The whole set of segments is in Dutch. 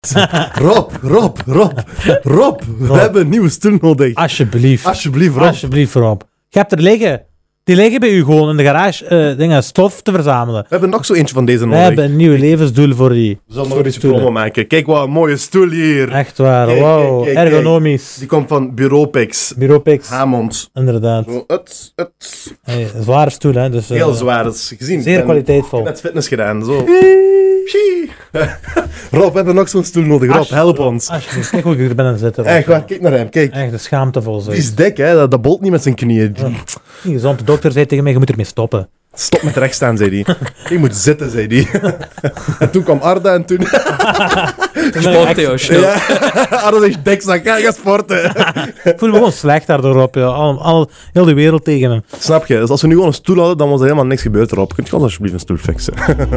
Rob, we hebben een nieuwe stoel nodig. Alsjeblieft, Rob. Alsjeblieft, Rob. Je hebt er liggen. Die liggen bij u gewoon in de garage stof te verzamelen. We hebben nog zo eentje van deze We nodig. hebben een nieuw levensdoel voor die. We zullen nog eens promo maken. Kijk wat een mooie stoel hier. Echt waar, Kijk, wow. kijk, Ergonomisch. Die komt van Bureaupix. Bureaupix, Hamond. inderdaad. Zo, Hey, een zware stoel, hè. Dus, Heel zwaar, dat is gezien. Zeer kwaliteitvol. Ik heb net fitness gedaan, zo. Pshie. Rob, we hebben nog zo'n stoel nodig. Rob, help ons. Alsjeblieft, kijk hoe ik er ben aan het zitten. Rob. Echt waar, kijk naar hem, kijk. Echt, de schaamtevol. Die is dik, hè. Dat bolt niet met zijn knieën. Ja. Niet gezond. De dokter zei tegen mij, je moet ermee stoppen. Stop met recht staan, zei hij. Je moet zitten, zei hij. En toen kwam Arda en toen... Sporten, joh, snel. Ja, Arda is dik, dan ga je sporten. Ik voel me gewoon slecht daardoor op. Ja. Heel de wereld tegen hem. Snap je? Dus als we nu gewoon een stoel hadden, dan was er helemaal niks gebeurd erop. Kunt je ons alsjeblieft een stoel fixen?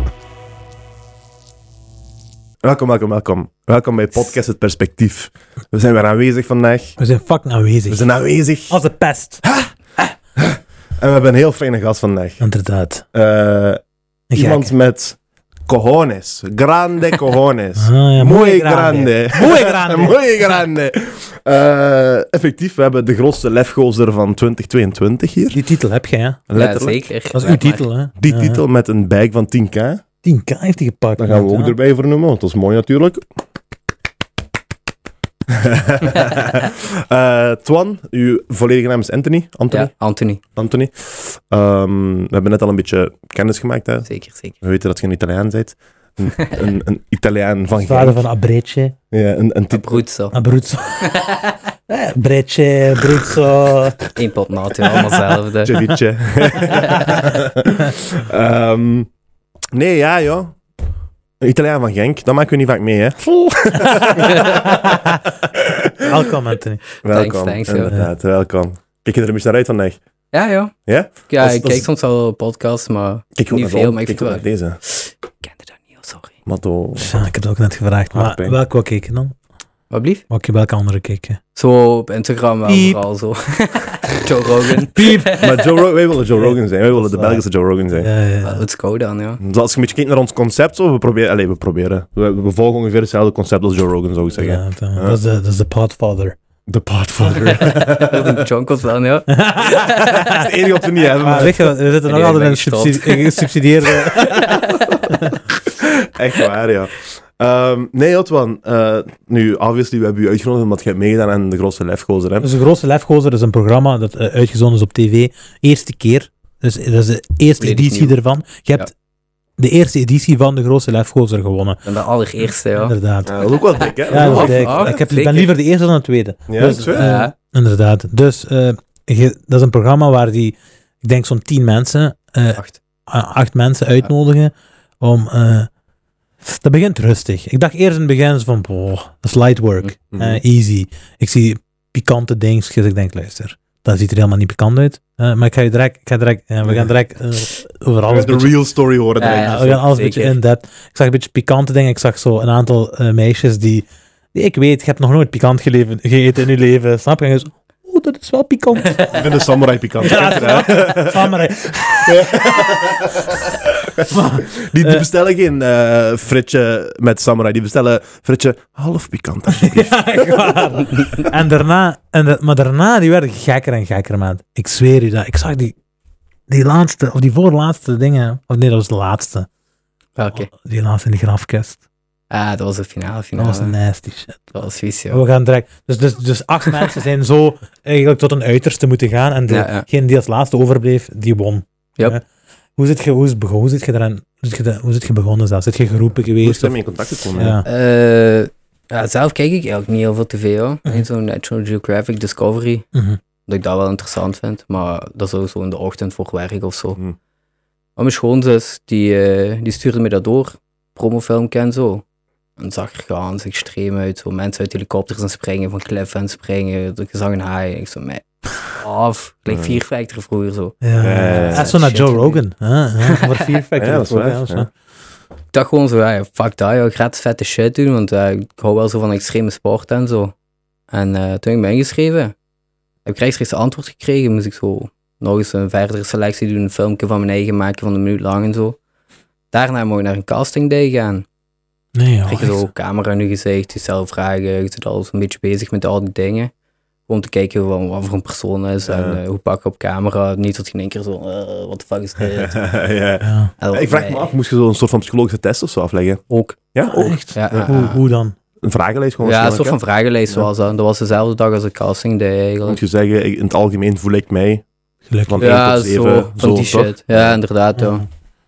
Welkom. Welkom bij podcast Het Perspectief. We zijn weer aanwezig vandaag. We zijn fucking aanwezig. We zijn aanwezig. Als de pest. En we hebben een heel fijne gast vandaag. Inderdaad. Iemand met cojones. Grande cojones. Ja, Muy grande. Muy grande. Muy grande. Effectief, we hebben de grootste lefgozer van 2022 hier. Die titel heb je, hè? Ja, Letterlijk. zeker. Dat is uw titel, hè? Die Ja. titel met een bag van 10k. 10k heeft hij gepakt. Dat gaan we ook ja. erbij vernoemen, want dat is mooi natuurlijk. Twan, uw volledige naam is Anthony. Ja, Anthony. Anthony. We hebben net al een beetje kennis gemaakt. Hè? Zeker. We weten dat je een Italiaan bent. Een Italiaan van Vader Genk. van Abruzzo. Ja, een Abruzzo. Abruzzo. Abruzzo. Eén pot nat, ja, allemaal hetzelfde. ceviche. Nee, ja, joh. Een Italiaan van Genk, dat maken we niet vaak mee, hè. Welkom, Anthony. Welkom, Thanks, joh. inderdaad, welkom. Kijk je er een beetje naar uit vandaag? Ja, ja. Ja? Ja, Dat is- ik dat kijk is- soms wel podcasts, maar Kijk niet naar veel, rond, maar ik kijk vind naar het wel... deze. Ik kende dat niet, sorry. Matto. Ja, ik heb het ook net gevraagd. Maar Harping. welke wou kijken dan? Wat blieft? Welke andere kijken? Zo op Instagram wel Piep. vooral zo. Joe Rogan. Piep. Maar wij willen Joe Rogan zijn. Wij willen de Belgische Joe Rogan zijn. Ja. Let's go dan, ja. Dus als je een beetje kijkt naar ons concept, zo, we proberen. We volgen ongeveer hetzelfde concept als Joe Rogan, zou ik zeggen. Ja, dat is de Podfather. De Podfather. Dat een Jonkels dan, ja. Dat is het enige wat we niet hebben. Maar weet je wat, we zitten nog Nee, altijd ik in ben een gesubsidieerde... Echt waar, ja. Nee, Otwan. Nu, obviously, we hebben u uitgenodigd omdat je hebt meegedaan aan de grootste lefgozer, hè? Dus de grootste lefgozer is een programma dat uitgezonden is op tv. Eerste keer. Dus dat is de eerste Volledig editie nieuw. ervan. Je hebt de eerste editie van de grootste lefgozer gewonnen. En de allereerste, ja. Inderdaad. Dat is ook wel dik, hè? Ja, dat is dik. Ah, Ik zeker. ben liever de eerste dan de tweede. Ja, Dus, dat is Ja. inderdaad. Dus dat is een programma waar die, ik denk zo'n 10 mensen, 8 mensen uitnodigen om... dat begint rustig. Ik dacht eerst in het begin van, dat is light work. Easy. Ik zie pikante dingetjes. Ik denk, luister, dat ziet er helemaal niet pikant uit. Maar we gaan direct over alles... de real story horen. Ja, denk ik. we gaan alles een beetje zeker. in depth. Ik zag een beetje pikante dingen. Ik zag zo een aantal meisjes die ik weet, je hebt nog nooit pikant gegeten in je leven. Snap je? En je zo, dat is wel pikant. Ik vind de samurai pikant. Samurai. Die bestellen geen frietje met samurai. Die bestellen frietje half pikant, alsjeblieft. Ja, echt waar. En daarna, die werden gekker en gekker, man. Ik zweer je dat. Ik zag die laatste, of die voorlaatste dingen. Of nee, dat was de laatste. Oké. Die laatste in de grafkist. Ah, dat was de finale. Dat was nasty shit. Dat was vies, ja. We gaan direct... Dus 8 mensen zijn zo eigenlijk tot een uiterste moeten gaan. En degene die als laatste overbleef, die won. Yep. Ja. Hoe zit je begonnen zelfs? Zit je geroepen Hoe is geweest? het mee in contact gekomen? Ja. Ja, zelf kijk ik eigenlijk niet heel veel tv, hoor. Zo'n National Geographic Discovery. Mhm. Dat ik dat wel interessant vind, maar dat is ook zo in de ochtend voor werk of zo. Mhm. Maar mijn schoonzus, die stuurde me dat door. Promofilmpje en zo. En het zag er gans extreem uit. Zo mensen uit helikopters aan springen, van cliff aan springen. Ik zag een haai. Ik zo, af. Gelijk Fear Factor vroeger zo. Dat is zo naar Shit, Joe ik Rogan. Voor Fear Factor. Ja, dat is waar, ja. Ik dacht gewoon zo, ja, fuck dat, joh. Ik ga het vette shit doen, want ik hou wel zo van extreme sport en zo. En toen heb ik me ingeschreven. Heb ik rechtstreeks antwoord gekregen. Moest ik zo nog eens een verdere selectie doen, een filmpje van mijn eigen maken van een minuut lang en zo. Daarna mocht ik naar een casting day gaan. Nee, ja. Krijg je zo camera in je gezicht, je stelt vragen, je zit al een beetje bezig met al die dingen. Gewoon te kijken wat voor een persoon is en hoe pak je op camera. Niet dat je in één keer zo, what the fuck is dit? Ja. Ik vraag me af, moest je zo'n soort van psychologische test of zo afleggen? Ook. Ja, ook. Echt? Ja. Hoe dan? Een vragenlijst gewoon. Ja, een soort van vragenlijst was dat. Dat was dezelfde dag als de casting day eigenlijk. Moet je zeggen, in het algemeen voel ik mij Gelukkig. van 1 Ja, tot 7. zo, van die toch? shit. Ja, inderdaad, ja.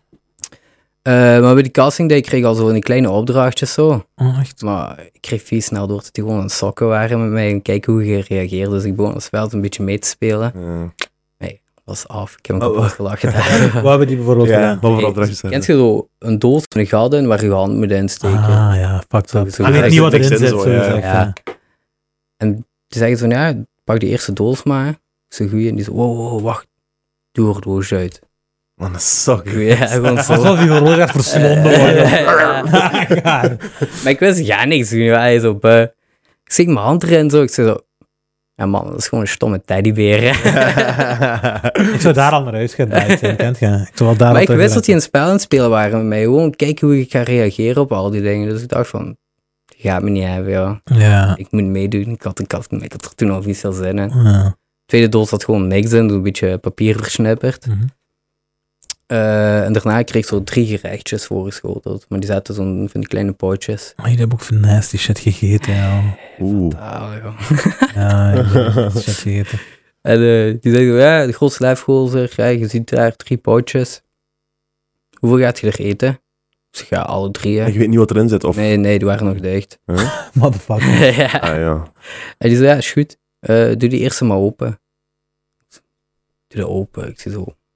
Maar bij die casting day kreeg ik al zo die kleine opdrachtjes zo. Oh, echt? Maar ik kreeg vies snel door dat die gewoon aan het sokken waren met mij en kijken hoe je reageerde. Dus ik begon het spel een beetje mee te spelen. Dat was af. Ik heb hem kapot gelachen. Wat hebben die bijvoorbeeld Ja, gedaan? wat voor opdrachtjes zijn Kent je zo een doos met een gat in waar je hand moet insteken? Ja, fuck dat. Zo Ik weet gezegd. niet wat erin niks in zit, zo, zo ja. gezegd. Ja. En die zeggen zo, ja, pak die eerste doos maar. Ik zeg, goeie. En die zo, wow, wacht. Doe er doos uit. Man, dat is zo goed. Ja, gewoon zo. Alsof die verloren gaat verslonden worden. Ja. Maar ik wist ja niks. Hij zo, ik steek mijn hand erin zo. Ik zeg zo, ja man, dat is gewoon een stomme teddybeer. Ik zou daar al naar huis gaan zijn, kent je? Ik zou wel daar Maar al ik terug wist dat gaan. die een spel aan het spelen waren met mij. Gewoon kijken hoe ik ga reageren op al die dingen. Dus ik dacht van, die gaat me niet hebben, ja. Ja. Ik moet meedoen. Ik had er toen al niet veel zin in. Ja. Tweede doos had gewoon niks in. Een beetje papier versnipperd. Mhm. En daarna kreeg ik zo 3 gerechtjes voorgeschoteld. Maar die zaten zo'n van die kleine potjes. Maar jullie hebben ook van nasty shit gegeten, ja. Oeh. Ah, ja. Ja, jullie hebben nasty shit gegeten. En die zei zo, ja, de grootste lijfgozer. Ja, je ziet daar 3 potjes. Hoeveel gaat je er eten? Dus ik ga alle 3, hè. Ik weet niet wat erin zit, of... Nee, die waren nog dicht. Motherfucker. Ja. Ah, ja. En die zei, ja, is goed. Doe die eerste maar open. Doe dat open. Ik zie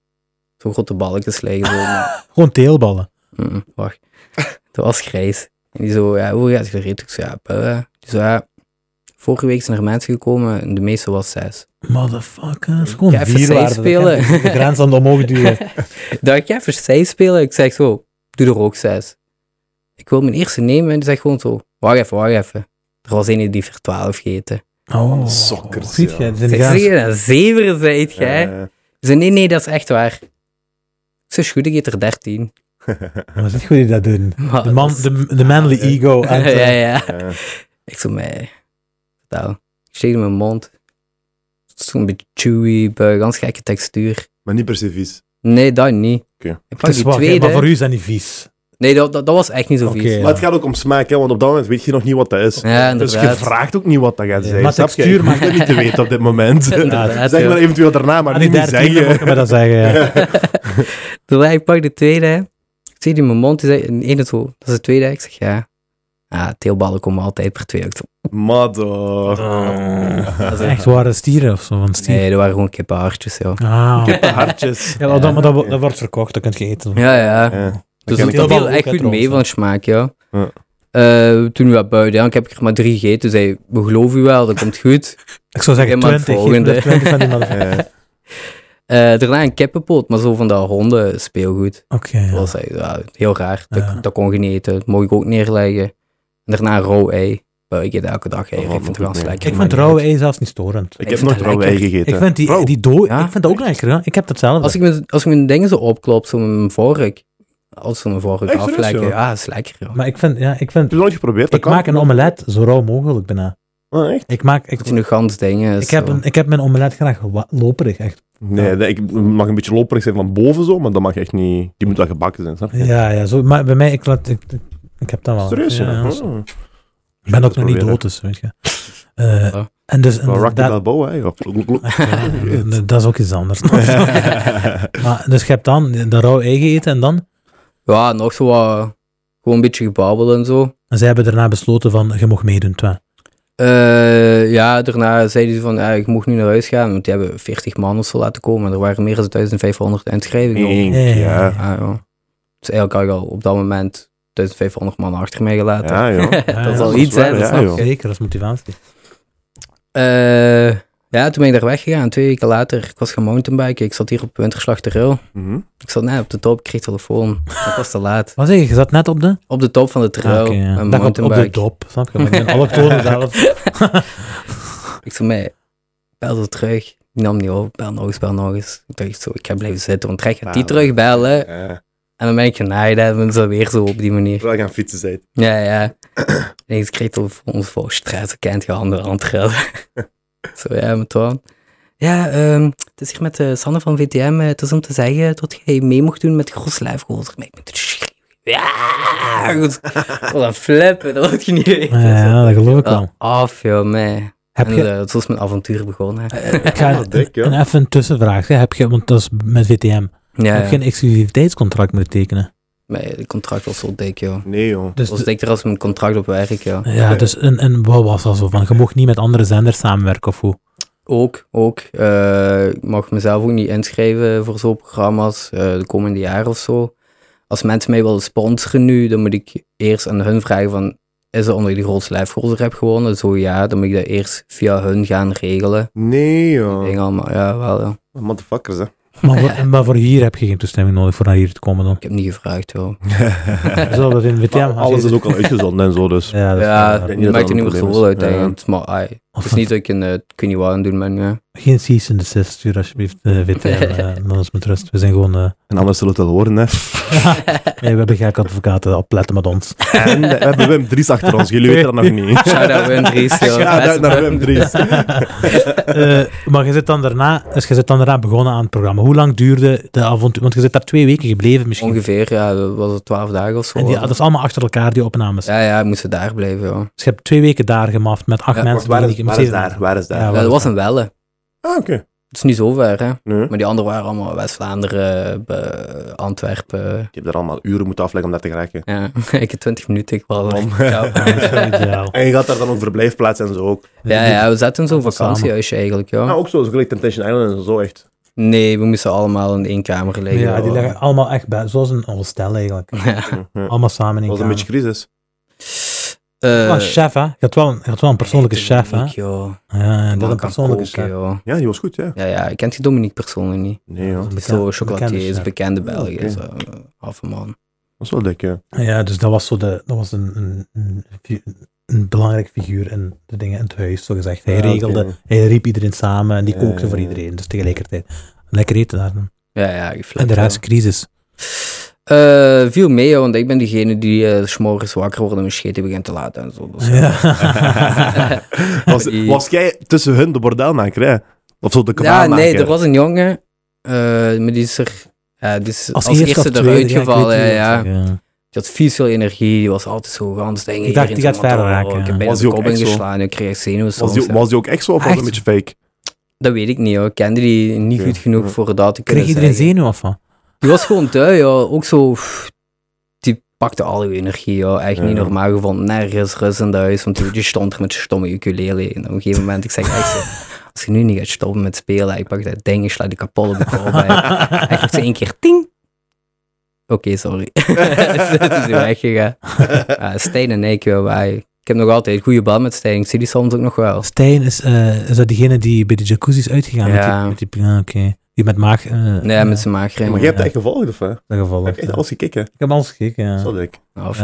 zo grote balletjes liggen. Zo, maar... Gewoon teelballen. Wacht. Dat was grijs. En die zo, ja, hoe gaat je er eten? Ik zei, ja, buh. Die zo, ja, vorige week zijn er mensen gekomen en de meeste was 6. Motherfucker. Het is gewoon Ja, even 4 zij waarde. spelen. Dat kan de grens aan de omhoog duwen. Dacht ik, ja, even zij spelen. Ik zeg zo, doe er ook 6. Ik wil mijn eerste nemen en die zegt gewoon zo, wacht even. Er was een die voor 12 gegeten. Oh, Sokkers, ziet ja. je? Zijn Ik grens- zeg, een 7 zijt jij. Ja. Ze zei, nee, dat is echt waar. Ik zeg, goed, ik eet er 13. Maar het is niet goed dat die dat doen. Maar De, man, dat is- de manly ego. En ja. Ja. Ik zo, mij. Vertel. Ik steek in mijn mond. Het is zo'n beetje chewy, ganz gekke textuur. Maar niet per se vies. Nee, dat niet. Oké. Ik Het pak is die wel, tweede. maar voor u is dat niet vies. Nee, dat was echt niet zo Oké, vies. ja. Maar het gaat ook om smaak, hè, want op dat moment weet je nog niet wat dat is. Ja, Dus je inderdaad. vraagt ook niet wat dat gaat zijn. Maar snap je? textuur Je hoeft het niet te weten op dit moment. Inderdaad, Zeg ja. maar eventueel daarna, maar Aan die niet 13 zeggen. moet je me dat zeggen, ja. Toen ik pak de tweede. hè. Ik zie die in mijn mond. Die zei, in ene zo, dat is de tweede. Ik zeg, ja. Ja, teelballen komen altijd per 2. Ik zo, Maddo. dat is Echt ware stieren of zo, van stier. Nee, dat waren gewoon kippenhartjes, ja. Ah. Hartjes. Ja, maar dat wordt verkocht, dat kun je eten. Ja. Ja. Dus ken dat ik ook. viel Ook, echt hè, goed mee trouwens, van smaak, ja. Ja. Toen we buiten, ik heb er maar 3 gegeten. Zei, we geloven u wel, dat komt goed. Ik zou zeggen Oké, maar het 20. Geef me volgende. er 20 van die motherfucker. Daarna een kippenpoot, maar zo van dat honden speelgoed. Oké, Dat ja. was heel raar. Ja. Dat kon je niet eten. Dat mocht ik ook neerleggen. En daarna een rauw ei. Ik eet elke dag ei. Dat Ik valt vind het me wel goed mee. lekker. Ik vind rauwe ei zelfs niet storend. Ik Ik heb vind nooit dat rauwe ei lekker. gegeten. Ik vind Rauw. ik vind dat ook lekker, hè. Ik heb hetzelfde. Als ik mijn dingen zo opklop, zo met mijn vork. Als zo'n vork Echt serieus, aflekken. joh? Ja, dat is lekker. Joh. Maar ik vind, Heb je het nooit geprobeerd? Dat ik maak een omelet zo rauw mogelijk bijna. Oh, echt? Dat je nog gans dingen. Ik heb mijn omelet graag loperig, echt. Nee, ik mag een beetje loperig zijn van boven zo, maar dat mag echt niet... Die moet wel gebakken zijn, snap je? Ja, zo. Maar bij mij, ik heb dat wel. Serieus, ja? Ja, Oh. ik ben ook nog niet proberen. dood, dus weet je. Ja. En dus, Wel Rocky dat, Balboa, hè? Ja. dat is ook iets anders. Maar, dus je hebt dan de rauw ei gegeten en dan? Ja, nog zo wat. Gewoon een beetje gebabbeld en zo. En zij hebben daarna besloten van, je mag meedoen, twa. Ja, daarna zeiden ze van, ja, ik mocht nu naar huis gaan, want die hebben 40 man of zo laten komen. En er waren meer dan 1500 inschrijvingen. Ja. Ja. Dus eigenlijk had ik al op dat moment 1500 man achter mij gelaten. Ja, joh. Dat is al dat iets, is waar, hè. Dat ja, snap joh. je. Zeker, dat is motivatie. Ja, toen ben ik daar weggegaan. 2 weken later, ik was gaan mountainbiken. Ik zat hier op Winterslag de Ril. Mhm. Ik zat net op de top, ik kreeg telefoon. Ik was te laat. Wat zeg je, je zat net op de? Op de top van de trail, Oké, ja. een Dag op de mountainbike. dop, snap je? Maar ik ben allochtonen zelf. Ik zei, mij, bel er terug. Die nam niet op, bel nog eens. Ik dacht zo, ik ga blijven zitten, want trek gaat die terugbellen. Ja. En dan ben ik genaaid en zo weer zo op die manier. Wel gaan fietsen zijn. Ja. En ik kreeg telefoon voor stress, ik kent je aan de hand trillen. Zo, ja, met wat? Ja, het is hier met Sanne van VTM. Het is om te zeggen dat jij mee mocht doen met de grootste lijfgozer. Maar ik moet schreeuwen. Ja, goed. Wat een flippen, dat had je niet weten. Ja, dat geloof ik wel. Af, joh, mij. Heb En je... zo is mijn avontuur begonnen. Ik ga dik, ja. en even een tussenvraag. Hè. Heb je, want dat is met VTM. Ja, Heb je een exclusiviteitscontract moeten tekenen? het contract was zo dik, joh. Nee, joh. Dus Dat was dikker als mijn contract op werk, ja. ja, dus en wat was dat zo van? Je mocht niet met andere zenders samenwerken of hoe? Ook. Ik mag mezelf ook niet inschrijven voor zo'n programma's de komende jaren of zo. Als mensen mij willen sponsoren nu, dan moet ik eerst aan hun vragen van, is dat omdat je de grootste lijfgozer hebt gewonnen? Zo ja, dan moet ik dat eerst via hun gaan regelen. Nee, joh. Dingen allemaal, ja, wel ja. Motherfuckers, hè. Maar voor hier heb je geen toestemming nodig voor naar hier te komen dan. Ik heb niet gevraagd, joh. Zo dat in VTM... Maar alles is ook al uitgezonden en zo, dus. Ja, dat is Ja, waar. denk het niet dat maakt dat er een niet meer probleem zoveel is. uit, Ja. eigenlijk. Maar het is niet dat ik een kun je wat aan doen ben, ja. Geen cease and desist, stuur alsjeblieft VTM. Dan is met rust. We zijn gewoon... En anders zullen we het wel horen, hè. nee, we hebben geen advocaten, opletten met ons. En we hebben Wim Dries achter ons, jullie weten dat nog niet. Shout-out Wim Dries, joh. Shout-out naar Wim Dries. Maar je zit dan daarna begonnen aan het programma. Hoe lang duurde de avontuur? Want je zit daar 2 weken gebleven misschien. Ongeveer, ja, dat was het 12 dagen of zo. En dat is allemaal achter elkaar, die opnames. Ja, ik moest daar blijven, joh. Dus je hebt 2 weken daar gemaft met 8 Ja, mensen. Waar is die daar? Waar is daar? Ja, Ja, dat was een Welle. Ah, oké. Het is niet zo ver, hè. Nee. Maar die anderen waren allemaal West-Vlaanderen, Antwerpen. Ik heb daar allemaal uren moeten afleggen om daar te geraken. Ja, ik heb 20 minuten. Ik was Om. ja. dat is wel ideaal. En je gaat daar dan ook verblijfplaats en zo ook. Ja, we zaten in zo'n Dat was vakantiehuisje eigenlijk, ja. Nou, ook zo gelijk Temptation Island en zo, echt. Nee, we moesten allemaal in 1 kamer liggen. Ja, die liggen allemaal echt bij, zoals een hostel eigenlijk. Ja. Ja. Allemaal samen in Dat was een kamer. beetje crisis. Wel een chef, hè? Je had wel een persoonlijke chef, hè? Dominique, joh. Ja, dat Man is een kan persoonlijke koken, chef. joh. Ja, die was goed, ja. Ja, kent je Dominique persoonlijk niet? Nee, joh. Een Zo bekende chocolatier, is chef. een bekende Belg. Oké. Is halve man. Dat was wel dik, ja. Ja, dus dat was, een belangrijke figuur in de dingen in het huis, zo gezegd. Hij Ja, oké. regelde, hij riep iedereen samen en die Ja, kookte ja, voor ja. iedereen. Dus tegelijkertijd. Lekker eten daar. Dan. Ja, En geflipt. de rest crisis. Viel mee, want ik ben diegene die 's morgens wakker wordt en mijn scheten begint te laten en zo. Dus, Ja. Was jij tussen hun de bordelmaker, hè? Of zo de ja, kabaalmaker? nee, er was een jongen, maar die is er die is als eerste of eruit tweede, ja, ik gevallen. weet niet Ja. wat ik zeg, Die had vies veel energie, die was altijd zo gans dingen. Ik dacht, die gaat verder raken, Ik ja. heb bijna Was de die ook kop echt zo? ingeslagen, ik kreeg zenuwen Was soms. die, was die ook echt zo of was Echt? dat een beetje fake? Dat weet ik niet, hoor. Ik kende die niet Oké. goed genoeg Ja. voor dat te kunnen Kreeg iedereen zeggen. zenuw of wat? Die was gewoon lui, ja. Ook zo... Die pakte al uw energie, ja. Echt niet Ja. normaal gevonden. Nergens rust in huis, want die stond er met je stomme ukulele. En op een gegeven moment, ik zeg echt zo... Als je nu niet gaat stoppen met spelen, ik pak dat ding en sla die kapot op de kop. Echt op zo 1 keer, ting! Oké, sorry. Het is weer weggegaan. Stijn en ik, ik heb nog altijd een goede band met Stijn. Ik zie die soms ook nog wel. Stijn is dat diegene die bij de jacuzzi is uitgegaan? Ja. Met die, oké. Die met maag... Nee, met zijn maagring. Maar jij hebt het echt gevolgd, of hè? dat geval. Heb je echt alles gekeken? Ik heb alles gekeken, ja. Zo dik.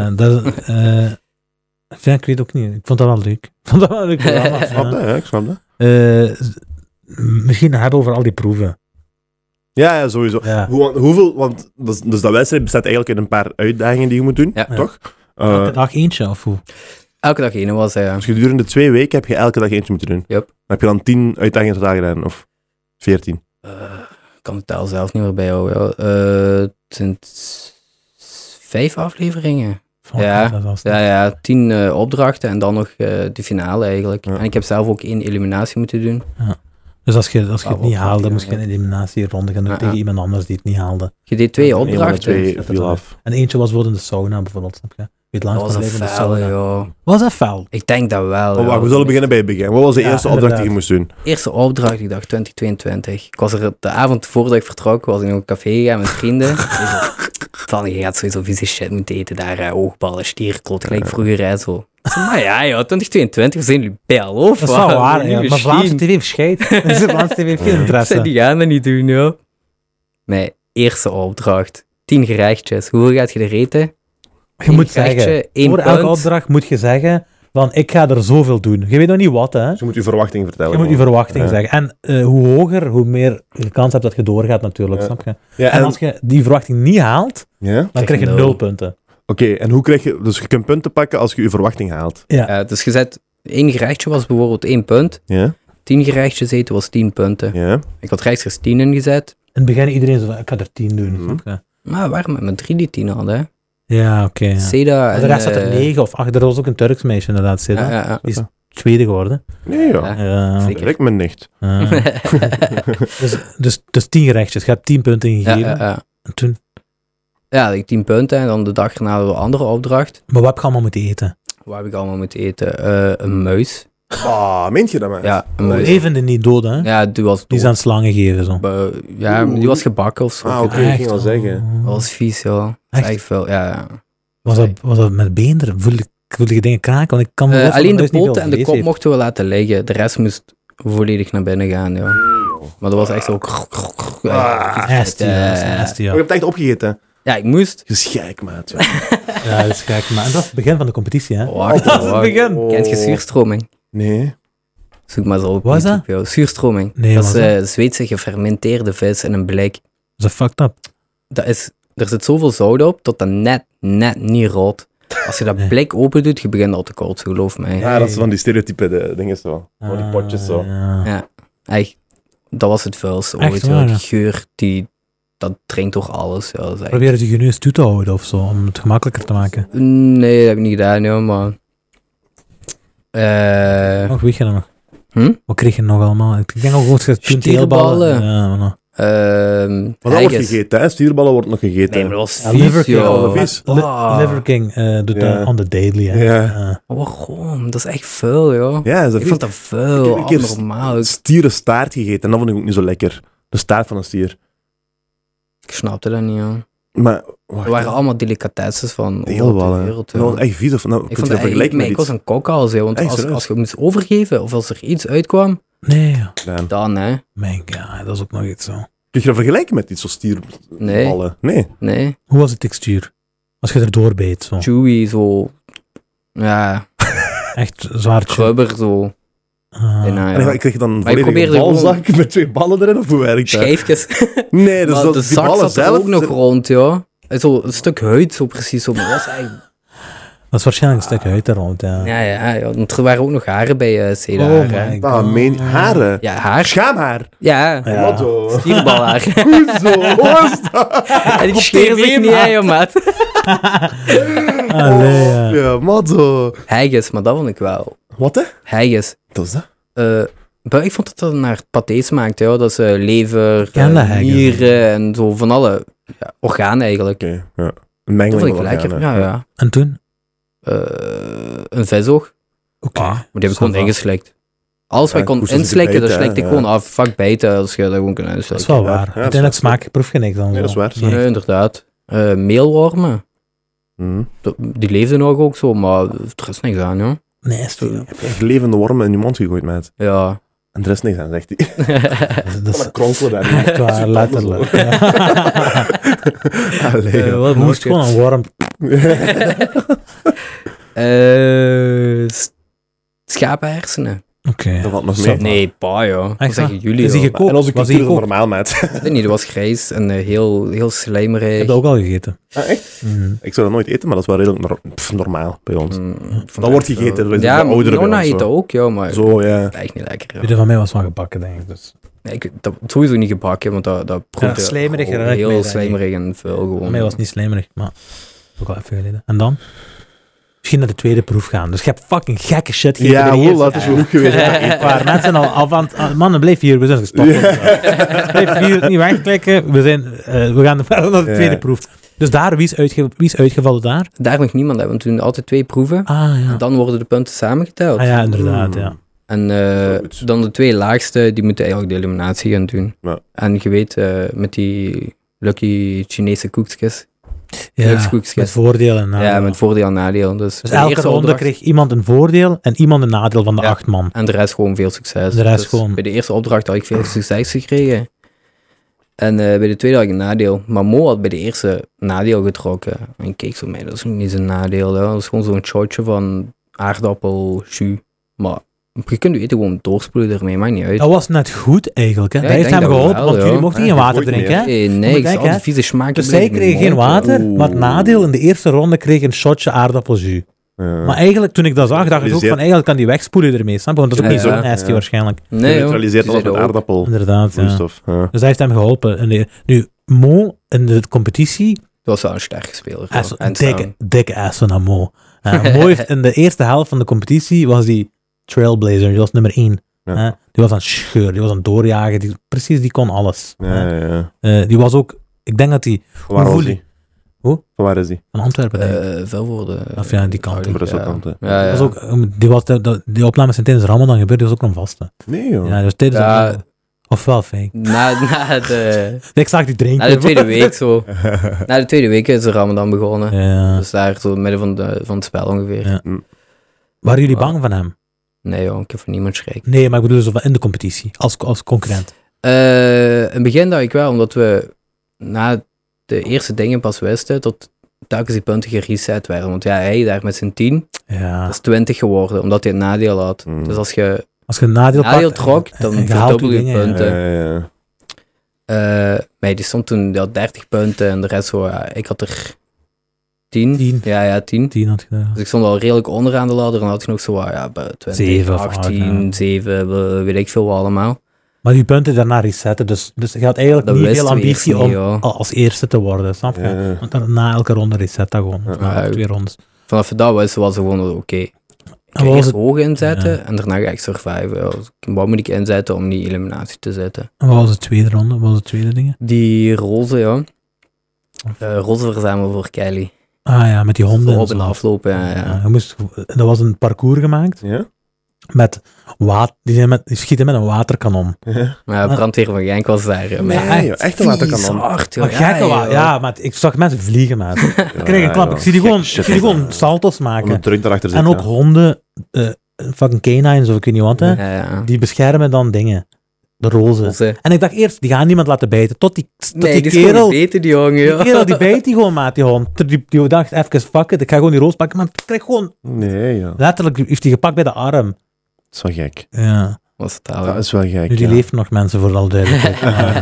Ik weet ook niet. Ik vond dat wel leuk. Ik vond dat wel een leuk programma. Ik snap dat, ja, ik snap dat. Misschien hebben over al die proeven. Ja, sowieso. Ja. Hoeveel, want dus dat wedstrijd bestaat eigenlijk uit een paar uitdagingen die je moet doen, Ja. toch? Elke dag eentje, of hoe? Elke dag één was hij, ja. Dus gedurende 2 weken heb je elke dag eentje moeten doen. Yep. Dan heb je dan 10 uitdagingen totaal gedaan, of 14. Ik kan het tel zelf niet meer bijhouden. Ja. Het zijn 5 afleveringen. Ja. Dat was Ja, 10 opdrachten en dan nog de finale eigenlijk. Ja. En ik heb zelf ook 1 eliminatie moeten doen. Dus als je het Wauw, niet haalde, ja, moest je ja. een eliminatieronde gaan doen Ja, tegen ja. iemand anders die het niet haalde. Je deed 2 Eén van de opdrachten. 2 viel af. En eentje was bijvoorbeeld in de sauna, bijvoorbeeld. Snap je? Weet Dat langs was van een leven in de felle, sauna. joh. Was dat fel? Ik denk dat wel. Oh, ja. wacht, we zullen beginnen bij het begin. Wat was de Ja, eerste opdracht die je inderdaad. moest doen? Eerste opdracht, ik dacht 2022. Ik was er de avond voordat ik vertrok, was ik nog een café gegaan met vrienden. Van, je gaat sowieso vieze shit moeten eten daar, oogballen, stierklot, gelijk vroeger, hè, zo. Ik zei, maar ja, 2022, we zijn jullie bel, of Dat is wat? wel waar, Nieuwe ja. Maar schiem. Vlaamse tv heeft scheid. Vlaamse tv heeft geen Ik interesse. zei, die gaan dat niet doen, joh. Mijn eerste opdracht. 10 gerechtjes. Hoeveel gaat je er eten? Je moet gerechtje, zeggen, 1 voor elke punt. opdracht moet je zeggen van ik ga er zoveel doen. Je weet nog niet wat, hè. Dus je moet je verwachting vertellen. Je moet je gewoon. verwachting Ja. zeggen. En hoe hoger, hoe meer je kans hebt dat je doorgaat natuurlijk, Ja. snap je? Ja, En als je die verwachting niet haalt, Ja? dan krijg je 0 punten. Oké, en hoe krijg je... Dus je kunt punten pakken als je je verwachting haalt. Ja. Dus je zet 1 gerechtje was bijvoorbeeld 1 punt. Ja? 10 gerechtjes eten was 10 punten. Ja? Ik had rechtstreeks 10 ingezet. In het begin iedereen zo van, ik ga er 10 doen, Mhm. snap je? Maar waarom met 3 die 10 hadden, hè? Ja, oké. Ja. Seda Maar en... de rest zat er 9 of 8. Er was ook een Turks meisje inderdaad, Seda. Ja. Die is tweede geworden. Nee, ja. Ja. Ja. Zeker. Lijkt me niet. Dus 10 gerechtjes. Je hebt 10 punten gegeven. Ja. En toen, Ja, ik 10 punten en dan de dag erna een andere opdracht. maar wat heb je allemaal moeten eten? Wat heb ik allemaal moeten eten? Een muis. Ah, meent je dat, man? Ja, een muis. Levende niet dood, hè? Ja, die was Die dood. is aan slangen geven, zo. Ja, Oeh. die was gebakken of zo. Ah, oké. Dat ik ging al zeggen. was vies, ja. Dat is Echt? echt veel, ja. Was dat met beenderen? Voelde je dingen kraken? Want ik kan me voorstellen Alleen de dat het niet poten en veel de vlees kop heeft. mochten we laten liggen. De rest moest volledig naar binnen gaan, ja. Maar dat was echt zo... Nasty, ja, dat is nasty, Maar ja. je hebt het echt opgegeten. Ja, ik moest... Je is gek, maat. Ja, dat is gek. Maar en dat is het begin van de competitie, hè? Wacht, Dat is het begin. Kent je zuurstroming? Nee. Zoek maar zo op Wat is dat? YouTube, joh. Zuurstroming. Nee, dat wat is is Zweedse gefermenteerde vis in een blik. Dat is fucked up. Er zit zoveel zout op, tot dat net niet rood. Als je dat Nee. blik open doet, je begint al te koud, geloof mij. Ja, dat is van die stereotype dingen zo. Van die potjes zo. Ja. Ja. Echt, dat was het vuilste Echt ooit. waar, Ja. ja. Die geur, dat dringt toch alles. Ja, dat is echt... Proberen ze je nu eens toe te houden of zo, om het gemakkelijker te maken. Nee, dat heb ik niet gedaan, ja, maar... Nog, weet je dat nog? Hm? Wat kreeg je nog allemaal? Ik denk ook gewoon Stierballen. teelballen. Ja, Maar dat wordt haggis. gegeten, hè? Stierballen wordt nog gegeten. Nee, maar dat was Ja, vies, Liver King. joh. Vies. Ah. Liver King doet Ja. dat on the daily, hè. Ja. Waarom? Dat is echt vuil, joh. Ja, is dat Ik vond dat Ik vuil, heb een keer abnormaal. stierenstaart gegeten en dat vond ik ook niet zo lekker. De staart van een stier. Ik snapte dat niet, joh. Maar, wacht, Er waren allemaal delicatesses van over de deelballen. wereld, Dat joh. was echt vies. Of, nou, Ik kun vond je dat dat vergelijken met ik was iets? een kokhalz, hè, want Echt, als serieus? je moest overgeven of als er iets uitkwam, Nee, ja. Dan. dan hè. Ja, dat is ook nog iets zo. Kun je dat vergelijken met iets zo stierballen? Nee. Nee. Nee, Hoe was de textuur? Als je er doorbeet, zo. chewy, zo. Ja, Echt zwaar chew. rubber, zo. Bijna, En ja. ik kreeg dan een Maar ik volledige probeerde balzak met 2 ballen erin, of hoe werkt dat? Schijfjes. Nee, dus Maar dat, de die zak ballen zat er zelf... ook nog rond, ja. Zo een stuk huid, zo precies. Zo. Maar dat was echt... Dat is waarschijnlijk een stuk uit daar rond, ja. Ja. Want er waren ook nog haren bij Seda. Oh hè. my Ah, haren. Ja, haar. Schaamhaar. Ja, Ja. Motto. stierbalhaar. Hoezo? Hoe is dat? En die scheren zich niet, hè, joh, maat. Allee, ja. Ja, motto. Haggis, maar dat vond ik wel. Wat, hè? Haggis. Dat is dat? Maar ik vond dat dat naar paté smaakte, ja. Dat is lever, ken dat haggis. nieren en zo van alle organen eigenlijk. Oké, ja. Een Dat mengeling vond ik van lekker, organen. ja. En toen? Een visoog, Oké. maar die heb ik gewoon Ça va. ingeslikt. Alles wat Ja, ik kon moest je inslikken, dat bijten, slikte ik ja. gewoon af. Fuck bijten, als je dat gewoon kunt Dat is inslikken. wel Ja, waar. ja, dat is Uiteindelijk waar. smaak proef je niks dan. Nee, dat is zo. waar. Nee. Nee, inderdaad. Meelwormen, Mhm. die leefden nog ook zo, maar er is niks aan, joh. Nee, is het- Heb je echt levende wormen in je mond gegooid, maat? Ja. En er is niks aan, zegt hij. dat is Dat kronkelen daar. echt waar, letterlijk. Ja. Allee, ja. wat Je moest gewoon een worm... Schapenhersenen. Oké. Dat valt nog Ça mee. va. Nee, pa, joh. Dat Echt zeggen waar? jullie, Is die joh. gekookt? En onze Was cultuur die is gekookt? normaal, maat. Ik weet niet, dat was grijs en heel slijmerig. Ik heb dat ook al gegeten. Ah, echt? Mhm. Ik zou dat nooit eten, maar dat is wel redelijk normaal bij ons. vond Dat wordt ik gegeten, wel. dat is Ja, voor ouderen bij Nonna ons eet zo. dat ook, ja, maar Zo, ja. echt niet lekker. Ja. Weet je, van mij was het wel gebakken, denk ik. Dus. Nee, dat sowieso niet gebakken, want dat proefde slijmerig, gewoon herinner ik mij heel dat slijmerig en vuil gewoon. Voor mij was het niet slijmerig, maar ook al even geleden. En dan? Misschien naar de tweede proef gaan. Dus je hebt fucking gekke shit gegeten. Ja, bij de hoe, eerste. dat is genoeg geweest. Echt waar. Mensen zijn al van... Mannen, blijf hier. We zijn gestopt. Blijf hier. Niet wegklikken. We gaan verder naar de Ja. tweede proef. Dus daar, wie is uitgevallen daar? Daar nog niemand hebben, want we doen altijd 2 proeven. Ah, ja. En dan worden de punten samengeteld. Ah ja, inderdaad, ja. En Goed. dan de 2 laagste, die moeten eigenlijk de eliminatie gaan doen. Ja. En je weet, met die lucky Chinese koekjes. Ja, Lukskoekjes. met voordeel en nadeel. Ja, met voordeel en nadeel. Dus, Dus de elke eerste ronde opdracht- kreeg iemand een voordeel en iemand een nadeel van de Ja. 8 man. En de rest gewoon veel succes. De rest Dus gewoon. bij de eerste opdracht had ik veel succes gekregen. En bij de tweede had ik een nadeel. Maar Mo had bij de eerste nadeel getrokken. En ik keek zo mee, dat is niet zijn nadeel. Hè. Dat is gewoon zo'n shotje van aardappel, maar je kunt eten gewoon doorspoelen ermee, maakt niet uit. Dat was net goed eigenlijk. Hè? Ja, Dat ik heeft denk hem dat geholpen, wel, want ja. jullie mochten Ja, geen je water gooit drinken. niet, Hè? Nee, ik denk, zat hè. de vieze smaak. Dus zij kregen geen water, Oeh. maar het nadeel, in de eerste ronde kreeg een shotje aardappeljus. Ja. Maar eigenlijk, toen ik dat zag, dacht ik ook van, eigenlijk kan die wegspoelen ermee, snap je? Want dat is ook Ja, niet zo ja. nasty Ja. waarschijnlijk. Nee, Je joh. neutraliseert Die alles met zeiden ook. Inderdaad, ja. aardappelvloeistof. Ja. Dus hij heeft hem geholpen. Nu, Mo in de competitie, Dat was wel een sterke speler. hij is hoor. En dikke ass van Mo. Mo heeft in de eerste helft van de competitie, was die trailblazer, die was nummer 1. Ja. Die was aan het scheuren, die was aan het doorjagen, die kon alles. Ja, ja. Die was ook, ik denk dat hij Waar Hoe was voel hij? Hoe? Van waar is hij? van Antwerpen, denk ik. Velvoorde. Of ja, die kant. Brusselkant, hè. Ja, ja. Was ook, die opnames zijn tijdens Ramadan gebeurd, die was ook nog vaste. Nee, joh. Ja, dus tijdens Ja. Ramadan. Ofwel fake. Na de Ik zag die drinken. na de tweede week zo. Na de tweede week is de Ramadan begonnen. Ja. Dus daar zo midden van het spel ongeveer. Ja. Waren jullie bang van hem? Nee joh, ik heb van niemand schrik. Nee, maar ik bedoel dus in de competitie, als concurrent. In het begin dacht ik wel, omdat we na de eerste dingen pas wisten, tot telkens die punten gereset werden. Want ja, hij daar met zijn 10, Ja. dat is 20 geworden, omdat hij een nadeel had. Mm. Dus als je Als je een nadeel nadeel pakt, trok, dan en je haalt verdubbel je dingen, punten. Ja. Maar die stond toen, die had 30 punten en de rest zo, ja, ik had er 10. 10. Ja, 10. 10 had je daar. Dus ik stond al redelijk onderaan de ladder en dan had ik nog zo, ja, bij 20, 7 of 18, 7, weet ik veel wat allemaal. Maar die punten daarna resetten, dus je had eigenlijk Dat niet wisten veel we eerst ambitie niet, om ja. als eerste te worden, snap je? Ja. Want dan na elke ronde reset dat gewoon. Of na Ja. 2 rondes. Vanaf dat was het gewoon oké. Ik En ga wat was eerst het- hoog inzetten Ja. en daarna ga ik surviven. Ja, dus wat moet ik inzetten om die eliminatie te zetten? En wat was de tweede ronde? Wat was de tweede dingen? Die roze, ja. Roze verzamelen voor Kelly. Ah ja, met die honden. en Op zo. en aflopen, ja. Dat was een parcours gemaakt Ja? met water. Die schieten met een waterkanon. Ja. Maar brandweer van Genk was daar. Nee, echt joh, echt een waterkanon. Hard, Maar gekke ja, maar ik zag mensen vliegen, maat. Ik kreeg een klap. Ik zie die gewoon salto's Om maken. een truck daarachter En zitten. ook honden, fucking canines of ik weet niet wat, hè. Ja. Die beschermen dan dingen. De roze. Roze. En ik dacht eerst, die gaan niemand laten bijten. Tot die Nee, die is kerel... gewoon beter, die jongen, Die ja. kerel, die bijt die gewoon, maat, die hond. Die dacht, even, fuck it, ik ga gewoon die roos pakken. Maar ik kreeg gewoon... Nee, joh. Letterlijk heeft hij gepakt bij de arm. Dat is wel gek. Ja. Was het Dat al. is wel gek, Nu, die ja. leeft nog, mensen, voor alle duidelijkheid.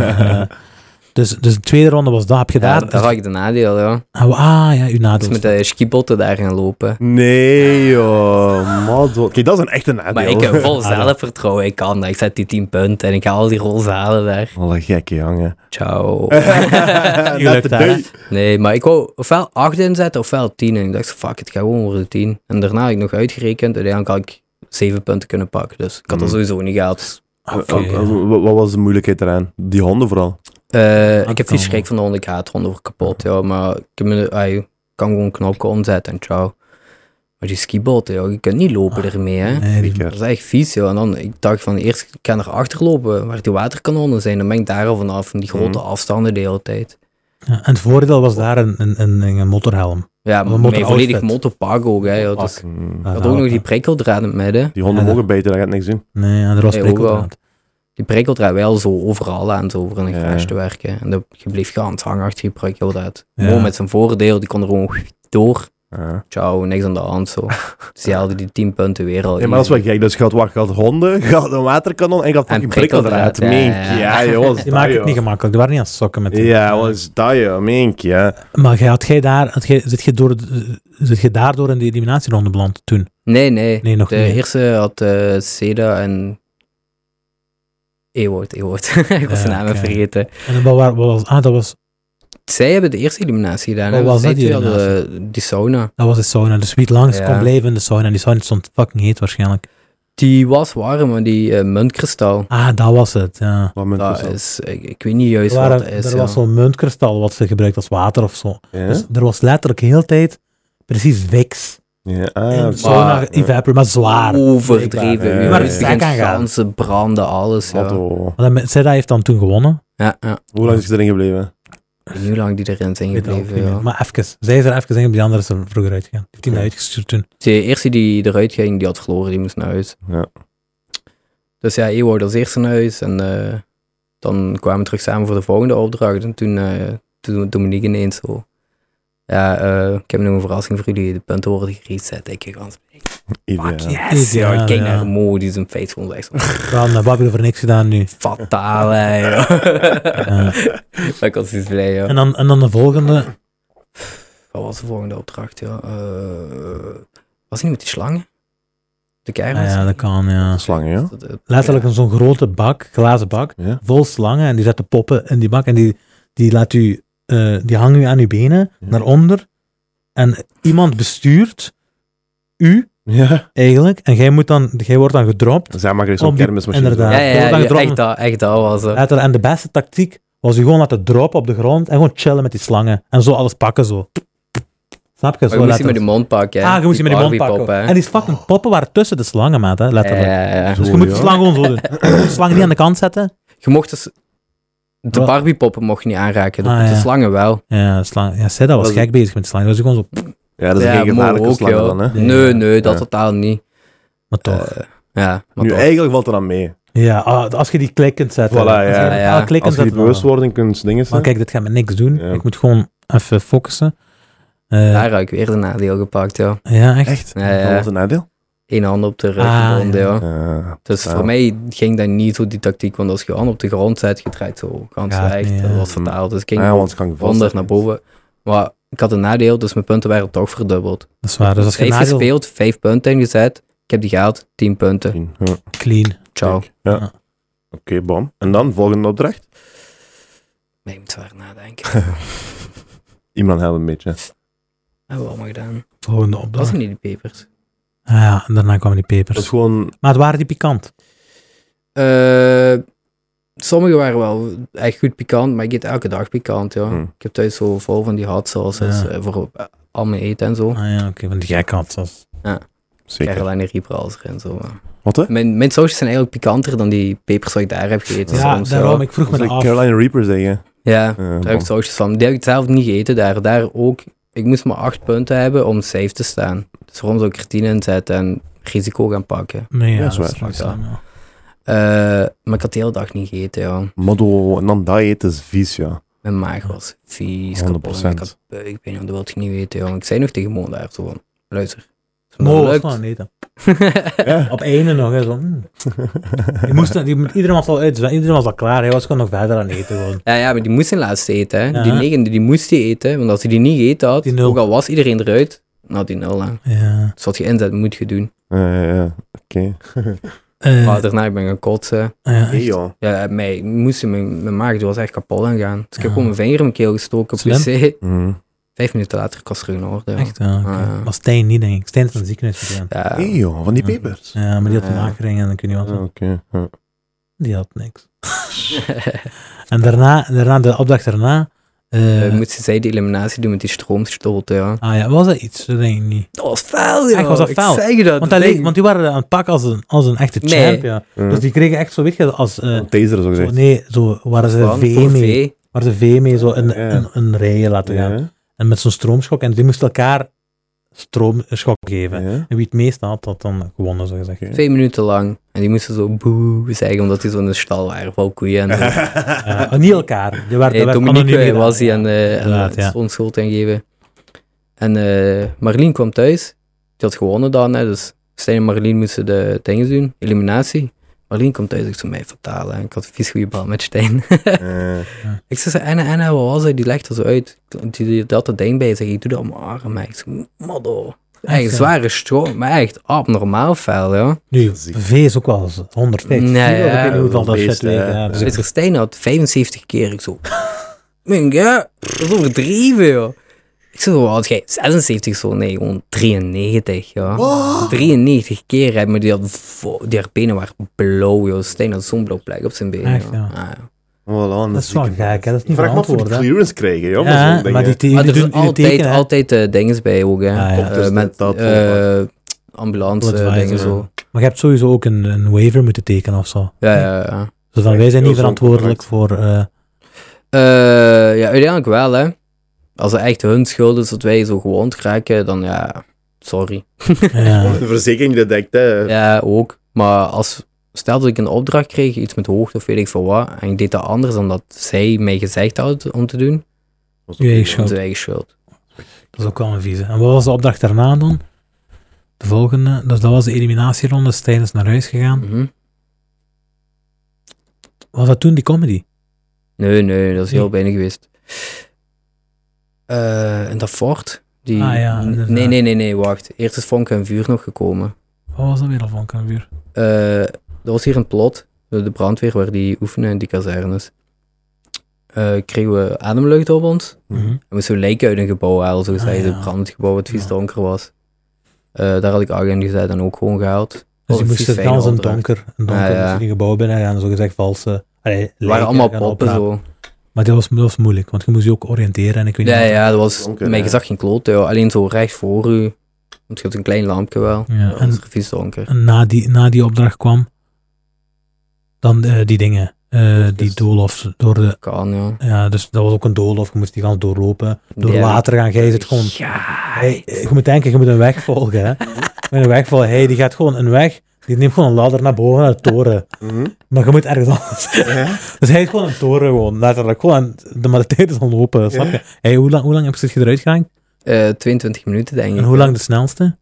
Dus de tweede ronde was dat. Heb je Ja, daar... daar had ik de nadeel, ja. Ja, uw Dus nadeel. met de skibotten daar gaan lopen. Nee, joh. Madel. Kijk, dat is een echte nadeel. Maar ik heb vol Ah, zelfvertrouwen. Ik kan dat. Ik zet die 10 punten en ik ga al die roze halen daar. Wat een gekke jongen. Ciao. Tuurlijk, Net daar, hè. de Nee, maar ik wou ofwel 8 inzetten ofwel 10. En ik dacht, fuck, het gaat gewoon voor de 10. En daarna had ik nog uitgerekend. Uiteindelijk had ik 7 punten kunnen pakken. Dus ik had dat sowieso niet gehad. Oké, ja. Wat was de moeilijkheid eraan? Die honden vooral. Ik heb die schrik van de hond. Ik haat honden voor kapot. Ja, maar ik heb kan gewoon knokken omzetten en ciao. Maar die skibotten, ja, je kunt niet lopen ermee, hè. Nee, die- Dat is echt vies, ja. En dan, ik dacht van, eerst ik ga naar achter lopen, waar die waterkanonnen zijn. Dan ben ik daar al vanaf, van die grote afstanden de hele tijd. Ja, en het voordeel was daar een motorhelm. Ja, Een mijn motor volledig outfit. motorpak ook, hè. Ja, dus, Mm. ik had ook nog die prikkeldraad in het midden. Die honden Ja, mogen bijten, dat gaat niks doen. Nee, en er was Nee, ook wel. prikkeldraad. Die prikkeldraad wel zo overal aan, zo voor in een Ja. garage te werken. En je bleef gaan hangen achter die prikkeldraad. Ja. Gewoon met zijn voordeel, die kon er gewoon door. Ja. Ciao, niks aan de hand, zo. Dus die haalde die 10 punten weer al. Ja, maar dat is easy. wel gek. Dus je had honden, je had een waterkanon en je had fucking prikkeldraad. prikkeldraad, ja, Mink, ja. ja, joh. Die maken het niet gemakkelijk. Die waren niet aan het sokken met die. Ja, wat is dat, joh? Mink, ja. Maar zit je daardoor in de eliminatieronde beland toen? Nee, nee. Nee, nog De niet. eerste had Seda en Ewout. Ik was de naam oké. vergeten. En wat was... dat was... Zij hebben de eerste eliminatie gedaan. Wat hè. was Zij dat, die twee hadden die sauna. Dat was de sauna. Dus wie het langst Ja. kon blijven in de sauna. En die sauna stond fucking heet waarschijnlijk. Die was warm, maar die muntkristal. Ah, dat was het, ja. Wat munt Dat is dat? is, ik weet niet juist wat dat is. Er ja. was zo'n muntkristal wat ze gebruikt als water of zo. Ja? Dus er was letterlijk heel de tijd precies Wix. Ja, in ah, de sauna ja. evaporate, maar zwaar. Overdreven. Ja, Uw ja, Maar ja. het stek aan gaan. ganse branden, alles. Ja. Wat, oh. Seda heeft dan toen gewonnen. Ja. Hoe lang is je erin gebleven? Ik weet niet hoe lang die erin zijn Ik weet het ook gebleven. niet Ja. meer. Maar even. Zij is er even in, die andere is er vroeger uitgegaan. Heeft hij Ja. uitgestuurd toen. De eerste die eruit ging, die had verloren, die moest naar huis. Ja. Dus ja, Ewout als eerste naar huis. En dan kwamen we terug samen voor de volgende opdracht. En toen Dominique ineens zo... Ja, ik heb nog een verrassing voor jullie. De punten worden gereset. Ik ga Ideaal. fuck yes, ja. Ik kijk naar Mo, die zijn face gewoon echt zo Dan wat heb je voor niks gedaan nu. fataal, hè. Ja. Ja. Ik was dus blij, ja. En dan de volgende. Wat was de volgende opdracht, ja? Was hij niet met die slangen? De keivels? Ja, dat kan, ja. Slangen, ja. Letterlijk zo'n grote bak, glazen bak, Ja. vol slangen. En die zetten poppen in die bak. En die laat u, die hangen u aan uw benen, naar onder. En iemand bestuurt u, Ja. eigenlijk. En jij wordt dan gedropt. Zij mag er zo'n Op die- kermismachine. inderdaad. doen. Ja, Wordt dan gedropt. echt dat was het. En de beste tactiek was u gewoon laten droppen op de grond. En gewoon chillen met die slangen. En zo alles pakken, zo. Snap je? Maar Zo je moest die letterlijk. met die mond pakken, hè. Ah, je moest die met die mond Barbie pakken. pop, hè. En die fucking poppen waren tussen de slangen, maat, hè, letterlijk. Ja. Dus je Zo, moet de ja. slang gewoon zo doen. De slang niet aan de kant zetten. Je mocht dus... De Wat? Barbiepoppen mocht je niet aanraken, de, Ah, de ja. slangen wel. Ja, de slang. Ja, Seda was Was gek bezig met de slang. Dat was gewoon zo... Ja, dat is geen Mo gevaarlijke ook, slangen ja. dan, hè. Nee, dat Ja. totaal niet. Maar toch. Ja, maar Nu, toch. eigenlijk valt er dan mee. Ja, als je die klik kunt zetten. Voilà, Als je ja. die Ja. klik kunt Als je die zetten, bewustwording kunt dingen maar kijk, dit gaat me niks doen. Ja. Ik moet gewoon even focussen. Daar heb ik weer de nadeel gepakt, ja. Ja, echt. Echt? Ja, ja. Dat was een nadeel? Eén hand op de rug Ah, gebonden, ja. ja. Dus ja. voor mij ging dat niet zo die tactiek, want als je hand op de grond zet, je draait zo gans Ja, recht, nee, ja. dat was fataal. Dus ik ging Ja, want kan je vast onder naar boven. Maar ik had een nadeel, dus mijn punten waren toch verdubbeld. Dat is waar. Dus als je 5 nadeel... gespeeld, 5 punten ingezet. Ik heb die gehaald, 10 punten. Ja. Clean. Ciao. Ja. Ja. Oké, bom. En dan, volgende opdracht. Nee, ik moet zwaar nadenken. Iemand helpt een beetje. Hebben we allemaal gedaan. Volgende Was opdracht. het niet die pepers? Ah, ja, en daarna kwamen die Dat is pepers. gewoon... Maar het waren die pikant. Sommige waren wel echt goed pikant, maar ik eet elke dag pikant, ja. Hmm. Ik heb thuis zo vol van die hot sauces Ja. voor al mijn eten en zo. Ah ja, oké, van die gekke had. Zeker. Carolina Reaper als erin, zo. Wat, hè? Mijn sausjes zijn eigenlijk pikanter dan die pepers wat ik daar heb gegeten. Ja, soms, daarom. Ik vroeg me Dat dat is af. Carolina Reaper zeggen. Ja, daar heb Bom. ik sausjes van. Die heb ik zelf niet gegeten daar. Daar ook, ik moest maar 8 punten hebben om safe te staan. Dus waarom zou ik er 10 inzetten en risico gaan pakken? Nee, ja, Ja, dat is is waar. langzaam, ja. Maar ik had de hele dag niet gegeten, ja. Moddo, en dan dat eten is vies, ja. Mijn maag was vies 100%. kapot. En ik had buikpijn, dat wilde ik niet weten, ja. Ik zei nog tegen Mo daar zo van, luister. als het me Mo was lukt- gewoon eten. Ja. Op ene nog, hè, zo. Iedereen was al uit, iedereen was al klaar. Hij was gewoon nog verder aan eten, gewoon. Ja, maar die moest zijn laatste eten, hè. Ja. Die negende, die moest hij eten. Want als hij die niet gegeten had, Die nul. ook al was iedereen eruit, dan had hij 0 aan. Ja. Dus wat je inzet, moet je doen. Ja. Oké. Maar daarna ben ik gaan kotsen. ja, Hey, echt. joh. Ja, mijn maag die was echt kapot aan gaan. Dus ik heb Ja. gewoon mijn vinger in mijn keel gestoken op Slim. wc. Mhm. 5 minuten later was ik terug in orde. Ja. Echt, ja. oké. Ah. Maar Stijn niet, denk ik. Stijn is in het ziekenhuis gegaan. Ja. Hey, joh, van die Ja. pepers. Ja, maar die had een Ja. maagring en ik weet niet wat. Ah, Oké. Ja. Die had niks. En daarna de opdracht daarna... Moest zij de eliminatie doen met die stroomstoten, ja. Ah ja, was dat iets? Dat denk ik niet. Dat was fel, ja. Echt, was dat Ik fel? zeg je dat. Want die waren aan het pakken als een echte Nee. champ, ja. Dus die kregen echt zo, weet je, als... Een taser, zo zo, gezegd. nee, zo waren ze Van, V voor mee. V. Waar ze V mee zo in Ja. een rijen laten gaan. Ja. En met zo'n stroomschok. En die moesten elkaar stroomschok geven. Ja. En wie het meeste had, had dan gewonnen, zo gezegd. Oké. 2 minuten lang. En die moesten zo boe zeggen, omdat die zo in de stal waren, vol koeien en zo. Niet elkaar. Die werden Dominique anoniem gedaan. was hij en Inderdaad, ja. stond schuld ingeven. En Marleen kwam thuis. Die had gewonnen dan, hè. Dus Stijn en Marleen moesten de dingen doen, eliminatie. Marleen komt thuis, ik zo mij fataal. Hè. Ik had een vies goede bal met Stijn. Ik zei, en wat was hij? Die legt er zo uit. Die had dat ding bij. Ik zeg, ik doe dat om armen. Ik zeg, moddo. Echt ja. zware stroom, maar echt abnormaal fel, ja. Nu, Ziek. V is ook wel eens 150 Nee, kilo. ja, Ik weet niet hoeveel dat beest, shit weegt. hè. Ja, dus Dus Stijn had 75 keer. Ik zo, ja, dat is overdreven, joh. Ik zo, wat had jij 76 zo? Nee, gewoon 93, ja. 93 keer, hè, maar die haar benen waren blauw, joh. Stijn had zo'n blauw plek op zijn benen, Echt, joh. ja. Ah, ja. Voilà, dat is wel gek, hè. Dat is niet Vraag me af voor verantwoord, de hè. clearance krijgen, joh. Ja, zo'n maar dingen. die Maar er doen zijn die tekenen, hè. altijd dinges bij ook, hè. Ah, ja. Dus Met dat- ambulance Advisor, dingen ja. zo. Maar je hebt sowieso ook een waiver moeten tekenen of zo. Ja. Dus dan wij zijn niet Heel zo'n verantwoordelijk voor... Ja, uiteindelijk wel, hè. Als het echt hun schuld is dat wij zo gewond raken, dan ja, sorry. ja. De verzekering die dekt, hè. Ja, ook. Maar stel dat ik een opdracht kreeg, iets met hoogte of weet ik veel wat, en ik deed dat anders dan dat zij mij gezegd had om te doen, Je eigen dat is schuld. eigen schuld. Dat is ook wel een vieze. En wat was de opdracht daarna dan? De volgende, dus dat was de eliminatieronde. Stijn is naar huis gegaan. Mhm. Was dat toen die comedy? Nee, dat is heel Nee. bijna geweest. En dat fort. Die... inderdaad. Nee, wacht. Eerst is Vonk en Vuur nog gekomen. Wat was dat weer al van een vuur? Dat was hier een plot. De brandweer waar die oefenen in die kazernes. Kregen we ademlucht op ons. We moesten lijken uit een gebouw halen, zo gezegd. ja. Het brandgebouw wat vies Ja. donker was. Daar had ik agent gezet en ook gewoon gehaald. Dus Oh, die vies moesten fijne gans een opdracht. donker Ja. moesten die gebouw binnen gaan, zo gezegd valse... Het waren allemaal poppen zo. Maar dat was moeilijk, want je moest je ook oriënteren en ik weet niet wat- Ja, dat was... Donker, Maar je ja. zag geen kloot, ja. Alleen zo recht voor u. Want je had een klein lampje wel. Ja, Dat en- was vies donker. En na die opdracht kwam dan die dingen, die doolhof door de... Kan, ja. Ja, dus dat was ook een doolhof, je moest die gaan doorlopen, door Ja. water gaan, jij zit gewoon... Ja. Je moet denken, je moet een weg volgen, hè. Je moet een weg volgen, die gaat gewoon een weg, die neemt gewoon een ladder naar boven naar de toren. Maar je moet ergens anders. Ja? Dus hij is gewoon een toren, gewoon, letterlijk, gewoon, maar de tijd is al lopen, snap je? Hey, hoe lang heb je eruit gegaan? 22 minuten, denk ik. En hoe lang de snelste?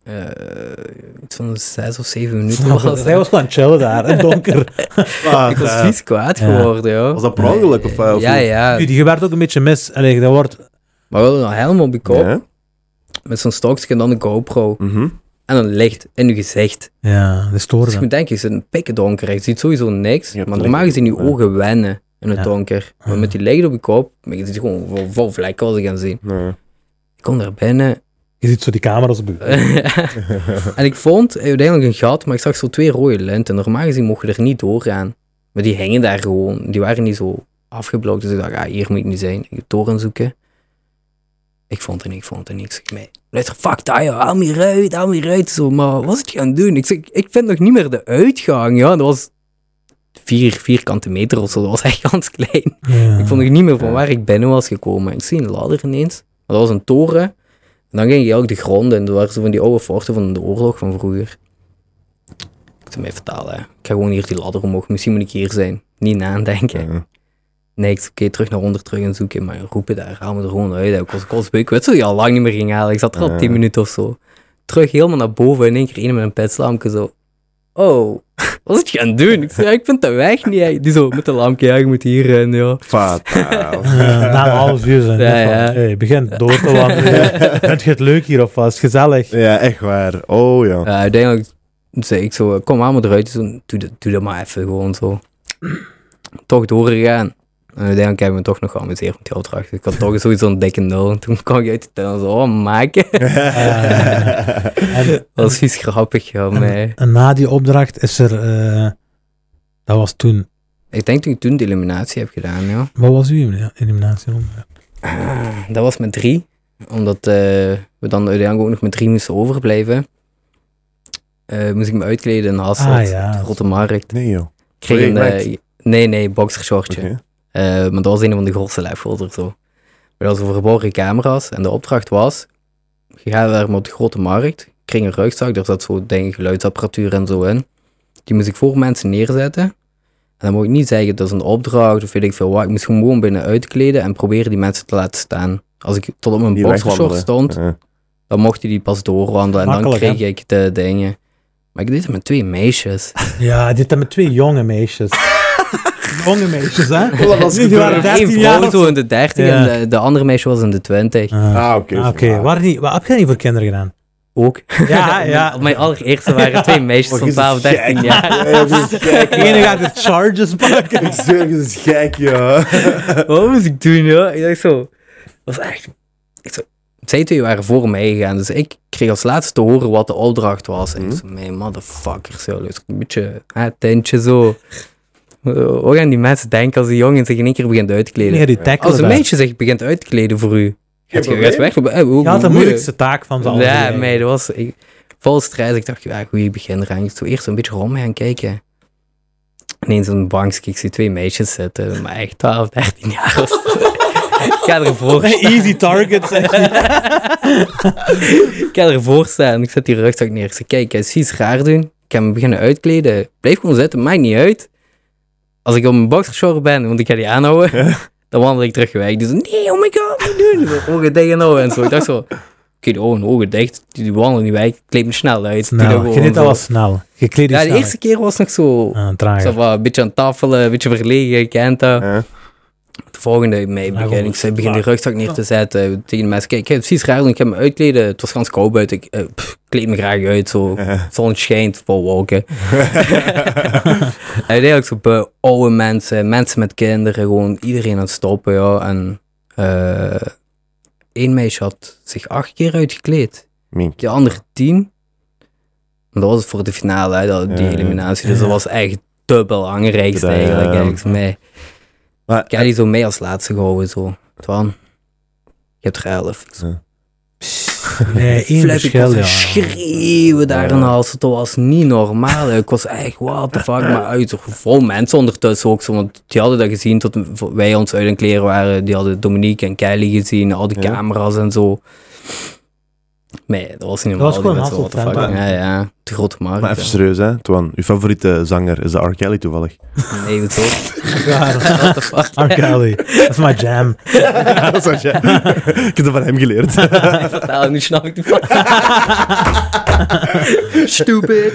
Iets van 6 of 7 minuten was Hij was gewoon chillen daar, in het donker. Ah, Ik was vies kwaad Ja. geworden, ja. Was dat per ongeluk of Ja. Nu, die gebeurt ook een beetje mis. Allee, dat wordt... Maar we hadden een helm op je kop, Ja? met zo'n stokje en dan een GoPro. Mhm. En een licht in je gezicht. Ja, de Dus storen. je moet denken, je zit in pikken donker, je ziet sowieso niks. Je hebt Maar normaal licht gezien je op, ja. ogen wennen in het Ja. donker. Maar met die licht op je kop, maar je ziet gewoon vol vlekken als ik gaan zien. Nee. Ik kom daar binnen Je ziet zo die camera's op je... en ik vond uiteindelijk een gat, maar ik zag zo 2 rode linten. Normaal gezien mocht je er niet doorgaan. Maar die hingen daar gewoon. Die waren niet zo afgeblokt. Dus ik dacht, hier moet ik niet zijn. Ik door zoeken. Ik vond er niks. Ik zei, luister, fuck dat, joh. Haal me eruit. Zo, maar wat was het gaan doen? Ik zeg, ik vind nog niet meer de uitgang. Ja, dat was 4 vierkante meter of zo. Dat was echt ganz klein. Ja. Ik vond nog niet meer van waar ik binnen was gekomen. Ik zie een ladder ineens. Maar dat was een toren. En dan ging je ook de grond in. Dat waren zo van die oude forten van de oorlog van vroeger. Ik zou mij vertalen, hè. Ik ga gewoon hier die ladder omhoog. Misschien moet ik hier zijn. Niet nadenken. Ja. Nee, ik oké, terug naar onder terug en zoeken. Maar roepen daar, haal me er gewoon uit. Hè. Ik weet zo die al lang niet meer ging halen. Ik zat er al 10 minuten of zo. Terug helemaal naar boven. In één keer een met een petslampje zo. Oh, wat is het gaan doen? Ik zei, ja, ik vind de weg niet. Hè. Die zo, met een lampje, ja, je moet hierin, ja. Fataal. Na een half uur zijn. Ja, Van, ja. hey, begin door te wandelen. Vind je het leuk hier of wat? Is het gezellig? Ja, echt waar. Oh ja. Ja, uiteindelijk zei ik zo, kom maar eruit. Zo, doe dat maar even, gewoon zo. Toch doorgegaan. En uiteindelijk hebben we toch nog geamuseerd met die opdracht. Ik had toch zoiets zo'n dikke nul. En toen kwam ik uit de tuin en zo, maken. En, Dat was vies grappig, ja, mij. en na die opdracht is er... dat was toen... Ik denk toen ik toen de eliminatie heb gedaan, ja. Wat was uw eliminatie? Dat was met 3. Omdat we dan uiteindelijk ook nog met 3 moesten overblijven. Moest ik me uitkleden in Hasselt, Ah, ja. de Grote Markt. Nee joh. Ik kreeg een... Project nee, boxershortje. Oké. Maar dat was een van de grootste lefels of zo. Maar dat was voor verborgen camera's. En de opdracht was, je gaat daar op de Grote Markt. Ik kreeg een rugzak, daar zat zo dingen, geluidsapparatuur en zo in. Die moest ik voor mensen neerzetten. En dan moet ik niet zeggen, dat is een opdracht of weet ik veel wat. Ik moest gewoon binnen uitkleden en proberen die mensen te laten staan. Als ik tot op mijn Die boxershort wegwandelen. stond, Ja. dan mocht die pas doorwandelen. En dan Makkelijk, kreeg ik de dingen. Maar ik deed het met 2 meisjes. Ja, dit met 2 jonge meisjes. Jonge meisjes, hè? Wat was Die waren gebeurd? 13 Eén jaar. vrouw zo in de 30 Ja. en de andere meisje was in de 20. Ah, oké. Oké. Wat heb jij niet voor kinderen gedaan? Ook. Ja, ja. Mijn allereerste waren 2 meisjes Oh, van je 12, bent 13 gek. jaar. Ja, je bent gek. Ene gaat de charges pakken. Ik zweer, je is gek, ja. Wat moest ik doen, ja? Ik dacht zo... Dat was echt... Zij 2 waren voor mij gegaan, dus ik kreeg als laatste te horen wat de opdracht was. En ik zo, mijn motherfuckers, zo, dus een beetje tintje zo. Hoe gaan die mensen denken als die jongen zich in één keer begint uit te kleden? Nee, die tackle Als een daar. meisje zich begint uit te kleden voor u, gaat je probleem. weg. Je had de moeilijkste taak van ze allemaal. Ja, nee, dat was... Vol stress, ik dacht, ja, goeie begin eraan. Ik zou eerst een beetje rond gaan kijken. Ineens een bankje, ik zie 2 meisjes zitten, maar echt 12, 13 jaar was ik ga ervoor staan. Easy target, zeg je. Ik ga ervoor staan. Ik zet die rugzak neer. Ik zeg, kijk, ik zie iets raar doen. Ik ga me beginnen uitkleden. Blijf gewoon zitten, maakt niet uit. Als ik op mijn boxershort ben, want ik ga die aanhouden, Dan wandel ik terug weg. Die zo, nee, oh my god, niet doen. Zo, ogen dicht en nou en zo. Ik dacht zo, oké, ogen dicht. Die wandelen niet weg. Ik kleed me snel uit. Snel. Je deed dat wel snel. Je kleed je Ja, de snel. eerste keer was nog zo... trager. Zo wat, een beetje aan tafelen, een beetje verlegen, je kent dat. Ja. De volgende mij begin die rugzak neer te zetten. Tegen de mensen, kijk, ik heb precies raar, ik heb me uitkleden. Het was ganz koud buiten. Ik kleed me graag uit, zo. Zon schijnt, vol wolken. Uiteindelijk zo bij oude mensen, mensen met kinderen, gewoon iedereen aan het stoppen, ja. En één meisje had zich 8 keer uitgekleed. Mink. De andere 10. En dat was het voor de finale, hè, die eliminatie. Dus dat was echt dubbel belangrijkste eigenlijk voor mij. Maar, Ik heb die zo mee als laatste gehouden, zo. Twan, je hebt er 11. Nee, één Flip, ik verschil, was ja. schreeuwen daar in de hals. Het was niet normaal. Ik was echt, what the fuck, maar uit. Vol mensen ondertussen ook zo, want die hadden dat gezien tot wij ons uit en kleren waren. Die hadden Dominique en Kelly gezien, al die camera's en zo. Nee, dat was niet normaal. Dat was gewoon die mensen, what the Hasseltand, fuck. Ja, de grote markt. maar even serieus, hè, Twan. Uw favoriete zanger is de R. Kelly toevallig? Nee, het ook. What the fuck? R. Kelly. Dat is mijn jam. Dat is jij. Ik heb dat van hem geleerd. Vertel, nu snap ik die van. Stupid.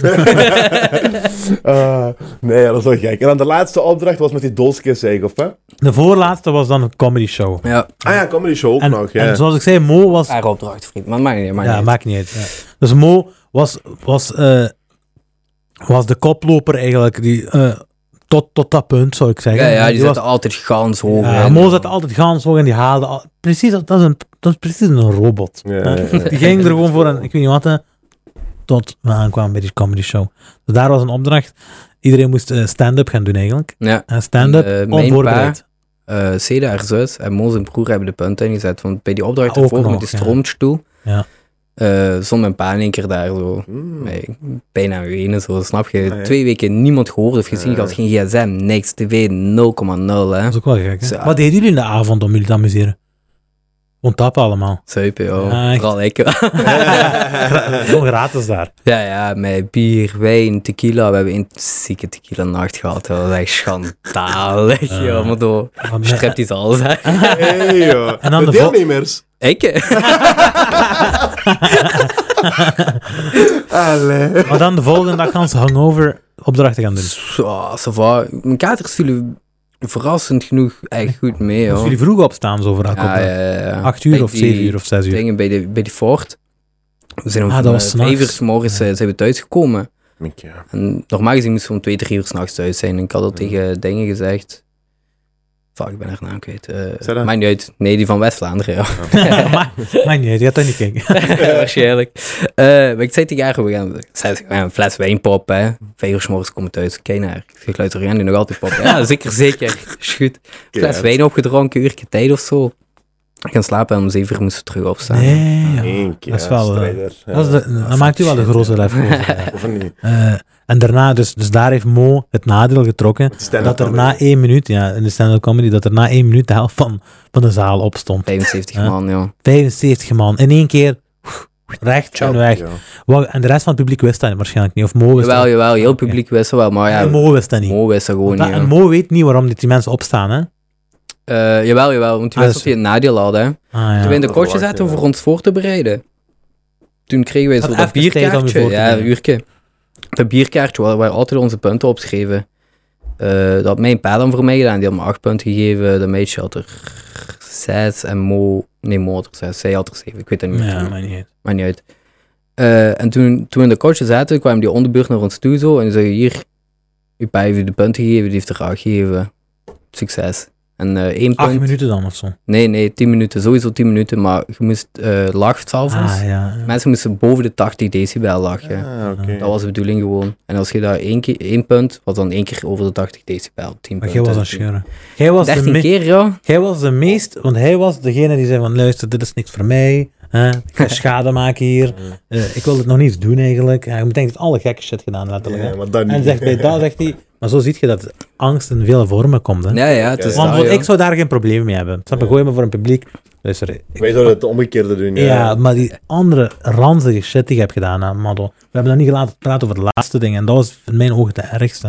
Nee, dat is wel gek. En dan de laatste opdracht was met die doosjes, zeg ik, of hè? De voorlaatste was dan een comedy show. Ja. Ah ja, comedy show ook En, nog, ja. en zoals ik zei, Mo was... Haar opdracht, vriend. Maar maakt niet uit. Maakt niet uit. Ja. Dus Mo was de koploper eigenlijk, die, tot dat punt, zou ik zeggen. Ja, die zitten altijd gans hoog. Ja, Mo zat altijd gans hoog en die haalde... Precies, dat is precies een robot. Ja. Die ging er gewoon voor een, ik weet niet wat, tot we aankwamen bij die comedy show. Dus daar was een opdracht. Iedereen moest stand-up gaan doen eigenlijk. Ja. En stand-up onvoorbereid. Seda, haar zus en Mo zijn broer hebben de punten ingezet. Want bij die opdracht Ook ervoor nog, met die stroomstoel Ja. stond mijn pa in één keer daar zo. Bijna wenen, zo, snap je? ja. 2 weken niemand gehoord of gezien. Ik had geen gsm, niks, tv, 0,0. Hè. Dat is ook wel gek, hè? Zo. Wat deden jullie in de avond om jullie te amuseren? Gewoon tappen allemaal. Zuipen, joh. Ja, echt. Vooral ik. Gewoon gratis daar. Ja, met bier, wijn, tequila. We hebben een zieke tequila nacht gehad. Dat was echt schandalig, joh. Maar door strept iets alles, hè. Hey, joh. En dan de de deelnemers. Ik? Allee. Maar dan de volgende dag gaan ze hangover opdrachten gaan doen. Ça va. Mijn katers vielen verrassend genoeg echt goed mee, Moesten joh. jullie vroeg opstaan, zo voor elke opdracht? Ja. 8 uur Bij of die 7 uur of 6 uur? Dingen bij die fort. We zijn om dat was 5 uur s'nachts. 's morgens zijn we thuisgekomen. Ja. En normaal gezien moesten we om 2, 3 uur 's nachts thuis zijn. En ik had al tegen dingen gezegd. Fuck, ik ben haar naam kwijt. Zeg dat? Maakt niet uit. Nee, die van West-Vlaanderen, ja. Maar niet, je gaat toch niet kijken. Waarschijnlijk. Maar ik zei tegen haar, we gaan een fles wijn poppen, hè. 5 uur 's morgens komen we thuis. Kijk naar haar. Ik zeg, luister, we gaan die nog altijd poppen. Ja, zeker. Is goed. Fles wijn opgedronken, een uurtje tijd of zo. Ik ga slapen en om 7 uur moesten we terug opstaan. Nee, ja. Eén keer, Dat is wel... strijder. dat is dan maakt u wel de grootste lef. Of niet? En daarna, dus daar heeft Mo het nadeel getrokken, stand-up dat er comedy. na 1 minuut, in de stand-up comedy, dat er na 1 minuut de helft van de zaal opstond. 75 Ja. man, ja. 75 man. In 1 keer recht en weg. Ja. En de rest van het publiek wist dat waarschijnlijk niet. Of Mo wist dat. Jawel, heel publiek wist wel, maar ja, En Mo wist dat niet. Mo wist dat gewoon niet. En Ja. Mo weet niet waarom die mensen opstaan, hè? Jawel, want die wist dat hij een nadeel had, hè. Ah, Toen we in de dat kotje verwacht, zaten ja. voor ons voor te bereiden. Toen kregen wij zo Had dat even tijd om je bierkaartje. voor te Ja, bereiden. een uurtje. Dat bierkaartje waar altijd onze punten op schreven. Dat had mijn pa dan voor mij gedaan. Die had me 8 punten gegeven. Dat meisje had er 6 en Mo had er 6. Zij had er 7. Ik weet het niet meer. Ja, maar niet uit. Maakt niet uit. En toen we in de kotje zaten, kwam die onderbuurt naar ons toe zo. En die zei, hier, uw pa heeft u de punten gegeven. Die heeft er 8 gegeven. Succes. En 1 8 punt. minuten dan of zo. Nee, 10 minuten. Sowieso 10 minuten. Maar je moest lachen s'avonds. Ah, ja. Mensen moesten boven de 80 decibel lachen. Ah, oké. Dat was de bedoeling gewoon. En als je daar 1 punt, was dan 1 keer over de 80 decibel. 10 Maar punten. jij was aan het scheuren. Jij was 13 keer, ja. Jij was de meest, want hij was degene die zei van, luister, dit is niks voor mij. Ik ga schade maken hier. Ik wil het nog niet doen eigenlijk. Ja, je moet denken dat alle gekke shit gedaan letterlijk. Ja, hè. maar dat niet. En zegt bij dat, zegt hij, maar zo zie je dat angst in vele vormen komt. Hè. Ja, het is Want dat, ja. ik zou daar geen probleem mee hebben. Snap je, gooi me voor een publiek. Luister, Wij zouden het omgekeerde doen. ja, maar die andere ranzige shit die je hebt gedaan, hè, Maddo. We hebben nog niet laten praten over het laatste ding. En dat was in mijn ogen de ergste.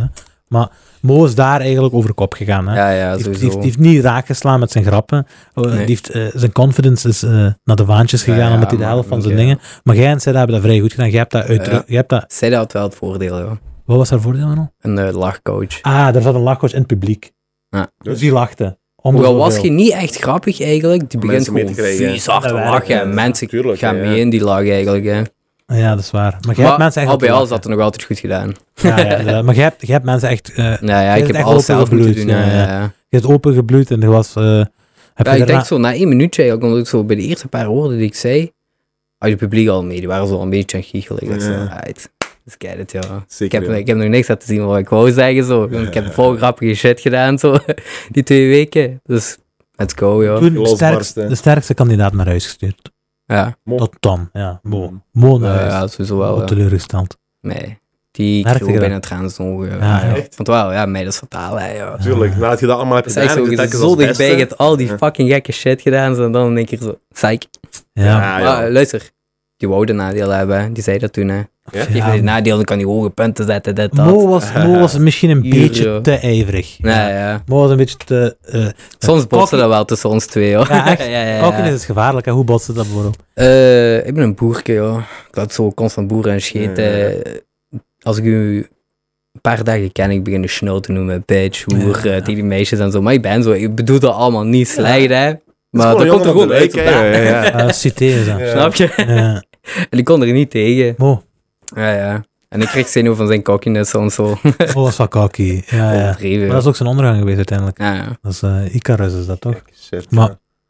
Maar Mo is daar eigenlijk over de kop gegaan. Hè? Ja, Die sowieso. heeft niet raak geslaan met zijn grappen. Nee. Die heeft, zijn confidence is naar de vaantjes gegaan, Ja, omdat hij de maar helft van niet, zijn dingen... Maar jij en Seda hebben dat vrij goed gedaan. Jij hebt dat je hebt dat... Zij had wel het voordeel, ja. Wat was haar voordeel dan? Een lachcoach. Ah, daar zat een lachcoach in het publiek. Ja. Dus die lachte. Hoewel was je niet echt grappig eigenlijk. Die Om begint mensen mee gewoon te krijgen. vies hard te Dat lachen. werkt, En mensen tuurlijk, gaan ja. mee in die lach eigenlijk. Hè. Ja, dat is waar. Maar jij hebt mensen echt... al bij laten al lachen. is dat er nog altijd goed gedaan. Ja, maar jij hebt mensen echt... Ja, Je ik hebt heb echt alles zelf moeten opengebloed, doen. ja, Ja. je hebt opengebloed en er was... heb Ja, je ik denk daarna- zo, na 1 minuutje eigenlijk, omdat ik zo bij de eerste paar woorden die ik zei, had je publiek al mee. Die waren zo een beetje aan het giechelen. Ik dacht zo, Ja. right, let's get it, ja. Zeker, ja. Ik heb nog niks laten zien wat ik wou zeggen, zo. Ik heb vol grappige shit gedaan, zo, die 2 weken. Dus, let's go, ja. Toen Losbarsten. de sterkste kandidaat naar huis gestuurd. Ja, Mo. Tot Tom, ja. Mo naar huis. ja sowieso wel, Wat ja. teleurgesteld. Nee, die Merkte kreeg je ook dat? bijna tranen in zijn ogen. Ja, Ja, echt? Want wel, ja, mij dat is fataal, hè, ja. Tuurlijk, nadat je dat allemaal hebt Het is echt gedaan... zo, is je het zit als zo het dichtbij, je beste. hebt al die fucking gekke shit gedaan, en dan denk je zo, psych. Ja. Ja, Maar luister, die wou de nadeel hebben, hè. Die zei dat toen, hè. Ja? Geef me die nadeel, dan kan die hoge punten zetten, dit, dat. Mo was misschien een Hier, beetje ja. te ijverig. Nee, ja. Mo was een beetje te... Soms botsen dat wel tussen ons twee, hoor. Ja, echt. ja. Koken is het gevaarlijk, hè? Hoe botste dat bijvoorbeeld? Ik ben een boerke, joh. Ik laat zo constant boeren en scheten. Als ik u een paar dagen ken, ik begin de snel te noemen, bitch, hoer, tegen die meisjes en zo. Maar ik ben zo, ik bedoel dat allemaal niet slecht, hè. Maar dat komt er gewoon uit. Ja. Cité is dat. Ja. Snap je? Ja. En ik kon er niet tegen. Mo. Ja. En ik kreeg zenuw van zijn cockiness en zo. Mo was van Kaki. Ja, ja. Overdreven. Maar dat is ook zijn ondergang geweest uiteindelijk. Ja. Dat is Icarus is dat toch? Shit, Maar-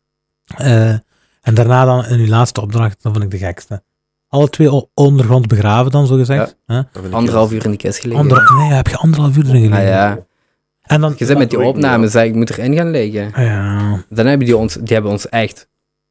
ja. En daarna dan in uw laatste opdracht, dat vond ik de gekste. Alle twee ondergrond begraven dan, zo gezegd. Hè? Dat vind ik 1,5 uur in die kist gelegen. Nee, heb je 1,5 uur erin gelegen. Ah, ja. En dan... Je zit met die weet ik niet, opnames, zei ik moet erin gaan liggen. Ja. Dan hebben die hebben ons echt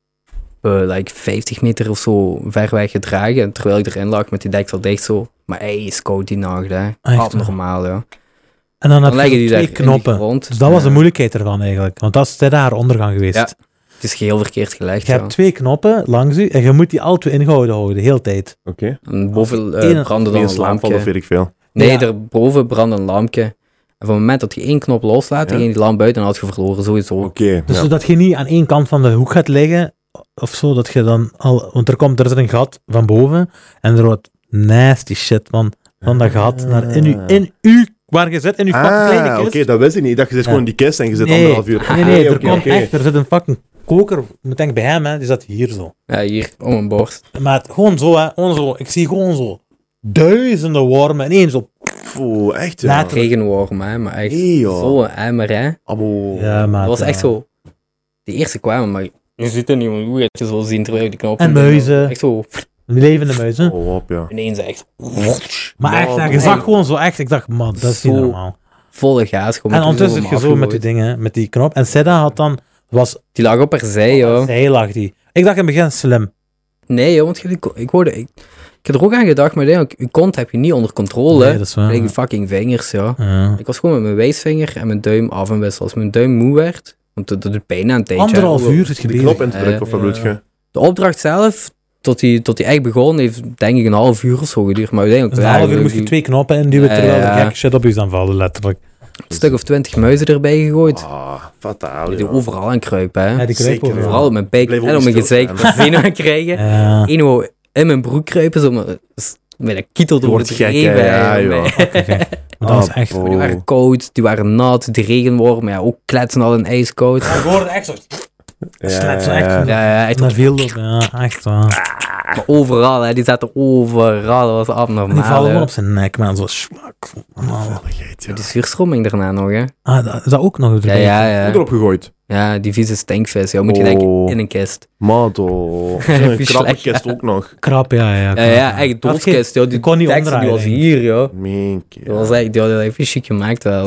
like 50 meter of zo ver weg gedragen. Terwijl ik erin lag met die deksel dicht zo. Maar hij is koud die nacht, hè. Echt, Abnormaal, ja. En dan heb Dan je leggen die zo daar twee in die knoppen. grond. Dus dat was de Ja. moeilijkheid ervan eigenlijk. Want dat is tijdens haar ondergang geweest. Ja. Het is geheel verkeerd gelegd, Je ja. hebt 2 knoppen langs u en je moet die alle twee ingehouden houden, de hele tijd. Oké. En boven Eén- brandde dan Die in een slaap valt, lampje. of weet ik veel. Nee, Ja. daarboven brandde een lampje. En van het moment dat je 1 knop loslaat, dan Ja. ging die lamp buiten en had je verloren, sowieso. Oké. Dus ja. zodat je niet aan één kant van de hoek gaat liggen, of zo, dat je dan al... Want er is een gat van boven en er wordt nasty shit van dat gat naar in u waar je zit, in uw fucking kleine Ah, kist. oké, dat wist ik niet. Ik dacht, je zit Ja. gewoon in die kist en je zit Nee. 1,5 uur. Nee, er Oké, komt oké. echt, er zit een fucking koker, ik moet denken bij hem, hè, die zat hier zo. Ja, hier, om een borst. Maar gewoon zo, hè, gewoon zo, ik zie gewoon zo duizenden wormen en één zo. Oeh, echt ja. Later. Regenworm, hè. Maar echt Hey, joh. zo'n emmer, hè. Abo. Ja, maar Dat was echt zo... Die eerste kwamen, maar je ziet het niet, hoe je het zo zien terwijl ik die knop... En muizen. Echt zo... levende muizen. Oh, op, ja. Ineens echt... Maar echt, Man, je zag gewoon zo echt, ik dacht, man, dat is niet Zo normaal. Volle gaas. gewoon En met ondertussen die zit je zo met die dingen, hè, met die knop. En Seda had dan, was, Die lag op haar zij, joh. zij lag die. Ik dacht in het begin slim. Nee, joh, want ik heb er ook aan gedacht, maar uiteindelijk, je kont heb je niet onder controle. Nee, dat is waar. Like je fucking vingers, ja. Ja. Ik was gewoon met mijn wijsvinger en mijn duim af en wissel. Als mijn duim moe werd, want dat doet pijn aan een tijdje. 1,5 uur zit je Die bezig. knop in te drukken, of wat bedoel je? De opdracht zelf, tot die echt begon, heeft denk ik een half uur of zo geduurd. Maar uiteindelijk... Dus een half uur moest je 2 knoppen induwen, terwijl er gekke shit op je is aanvallen, letterlijk. Een stuk of 20 muizen erbij gegooid. Ah, fataal. Die ja. overal aan kruipen, hè. Ja, die kruipen Zeker, overal. Vooral op mijn bek Blijf ook en op niet mijn gezicht. stilstaan. Zenuwen krijgen. Ja. Eén wou in mijn broek kruipen, zo met een kietel Je wordt gek, overdreven. hè. Ja, joh. Maar dat was echt... Oh. Maar die waren koud, die waren nat, die regenwormen, ja, ook kletsen al in ijskoud. We hoorden echt zo... Slet zo echt. Ja, echt Naar veel op, ja, echt waar. maar overal, hè, die zaten overal, dat was abnormaal. En die vallen hè. gewoon op zijn nek, man, zo zwak. Geilligheid, ja. Die zuurstroming daarna nog, hè. Ah, dat is dat ook nog Ja, erbij? ja, Goed ja. erop gegooid. Ja, die vieze stinkvis, ja, moet je Oh. denken, in een kist. Mato. Vies Een slecht, krabbenkist ook nog. Krap, ja. Ja, ja, echt Dat doodskist, joh. Die kon niet tekst, die omdraaien, was denk ik. hier, joh. Minke. Die was echt, die had echt chic gemaakt wel.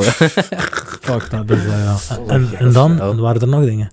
Fuck, dat is ja. En dan? En waren er nog dingen?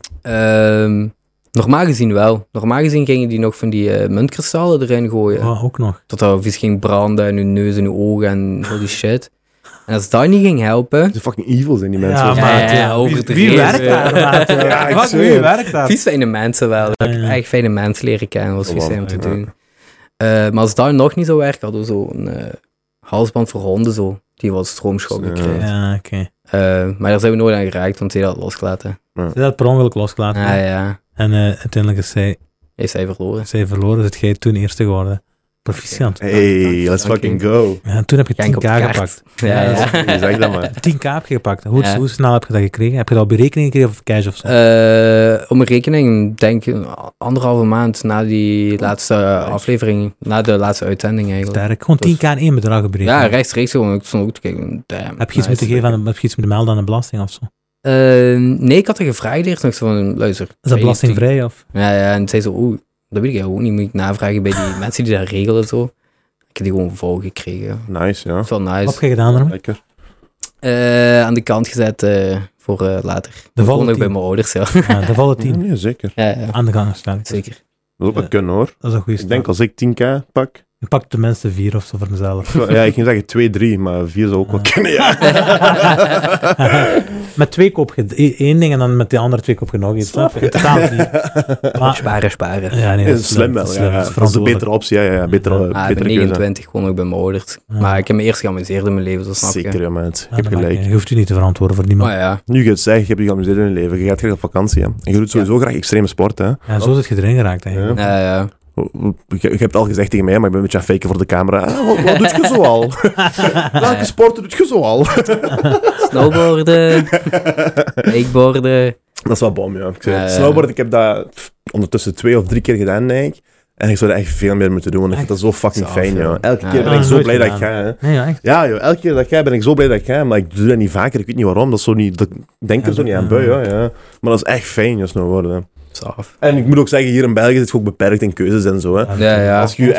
Normaal gezien wel. Normaal gezien gingen die nog van die muntkristallen erin gooien. Ah, ook nog. Tot dat vies ging branden en hun neus en hun ogen en al die shit. En als dat niet ging helpen... Ze fucking evil zijn die mensen. Ja, Ja, maat, ja, ja. overdreven. Wie werkt daar, maat? Ja, ik Fuck, zweer. wie werkt daar? Vies fijne mensen wel. Ik heb Ja. echt fijne mensen leren kennen. Dat was vies fijn om te Ja. doen. Maar als dat nog niet zou werken, hadden we zo een halsband voor honden zo. die was stroomschok gekregen. Ja, oké. Maar daar zijn we nooit aan geraakt, want hij had losgelaten. Ze had per ongeluk losgelaten. Ja, ja. En uiteindelijk is Hij verloren. zij verloren, dus jij toen eerste geworden. Proficiat. Hey, let's fucking go. Ja, en toen heb je 10k Kijk op de kaart. gepakt. Ja, ja. Zeg dat maar. 10k heb je gepakt. Hoe Ja. snel heb je dat gekregen? Heb je dat op je rekening gekregen of cash of zo? Op mijn rekening, denk ik, 1,5 maand na die laatste aflevering, na de laatste uitzending eigenlijk. Sterk. Gewoon 10k in één bedrag berekend. Ja, rechtstreeks gewoon. Ik stond ook te kijken. Damn, Heb je iets moeten geven heb je iets moeten melden aan de belasting of zo? nee, ik had er gevraagd eerst nog zo van, luister. Is dat belastingvrij of? Ja, en zei zo, dat weet ik ook niet. Moet ik navragen bij die mensen die dat regelen zo. Ik heb die gewoon vol gekregen. Nice, ja. Dat is wel nice. Wat heb je gedaan ermee? Lekker. Aan de kant gezet voor later. De volle Gewoon ook bij 10. mijn ouders, ja. Ja, de volle 10 Nee, zeker. Ja. aan de gang staan. Zeker. Dat is ook wat kunnen, hoor. Dat is een goede Ik denk als ik 10k pak... Ik pak tenminste 4 of zo voor mezelf. Ja, ik ging zeggen 2, 3, maar 4 zou ook wat kunnen, ja. Met 2 koop je 1 ding en dan met de andere 2 koop je nog iets. Snap je? Totaal niet. Maar, Sparen. ja, nee, Dat is slim wel, ja. Dat is een betere optie, ja. Betere Ik ben keuze. 29, gewoon ook bij mijn ouders. Ja. Maar ik heb me eerst geamuseerd in mijn leven, zo snap je. Zeker, ja, maat. Ja, Ik heb dat maakt gelijk. niet. Je hoeft je niet te verantwoorden voor niemand. Maar ja, Nu je het zegt, je hebt je geamuseerd in je leven. Je gaat graag op vakantie, hè. En je doet sowieso graag extreme sport, hè. Ja, zo zit je erin geraakt eigenlijk. ja. Je hebt het al gezegd tegen mij, maar ik ben een beetje aan het faken voor de camera. Ah, wat doet je zo al? Welke sporten doet je zo al? Snowboarden, wakeboarden. Dat is wel bom, ja. Ik zeg, Ja. snowboard, ik heb dat ondertussen 2 of 3 keer gedaan, denk ik. En ik zou er echt veel meer moeten doen, want ik vind dat zo fucking Zalig, fijn, ja. joh. Elke Ja. keer ben Ah, ik zo nooit blij dat ik gedaan. ga, hè. Nee, ja, echt. Ja, joh, elke keer dat ik ga, ben ik zo blij dat ik ga, maar ik doe dat niet vaker, ik weet niet waarom. Dat is zo niet, ik denk er zo niet aan bui, hoor, ja. Maar dat is echt fijn, joh, snowboarden. Zaaf. En ik moet ook zeggen, hier in België is het ook beperkt in keuzes en zo, hè. Ja. Als je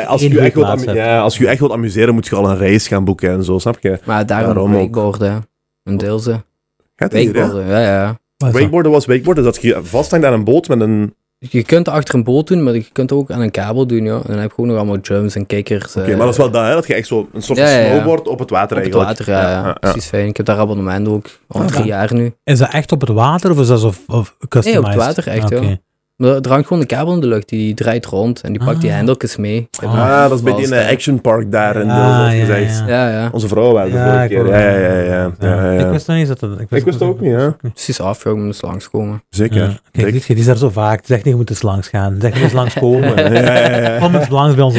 je echt wilt amuseren, moet je al een reis gaan boeken en zo, snap je? Maar daarom Daarom ook. wakeboarden. Een deelse. Gaat het hier, hè? Wakeboarden, ja. Wat is dat? Wakeboarden was wakeboarden, dat je vasthangt aan een boot met een... Je kunt het achter een boot doen, maar je kunt het ook aan een kabel doen, ja. En dan heb je gewoon nog allemaal jumps en kikkers. Oké, maar dat is wel dat, hè? Dat je echt zo een soort van Ja. snowboard op het water op het eigenlijk. water, ja. Precies fijn. Ik heb daar abonnement ook. Al 3 jaar nu. Is dat echt op het water of is dat zo of customized? Nee, op het water echt, Oké. ja. Maar er hangt gewoon een kabel in de lucht, die draait rond en die pakt die Ah. hendeltjes mee. Ik heb Ah, Ah, dat is bij die Action Park daar in Ah, zoals ja, gezegd. ja. Ja. Onze vrouw waren de vorige keer. Ja. Ik wist nog niet dat dat... Ik wist het ook niet, hè. Precies af, ja, ik moet eens langskomen. Zeker. Ja. Kijk, Dik. die is daar zo vaak. Zeg niet, je moet eens langs gaan. Zeg niet eens langs komen. Ja. Kom eens langs bij ons.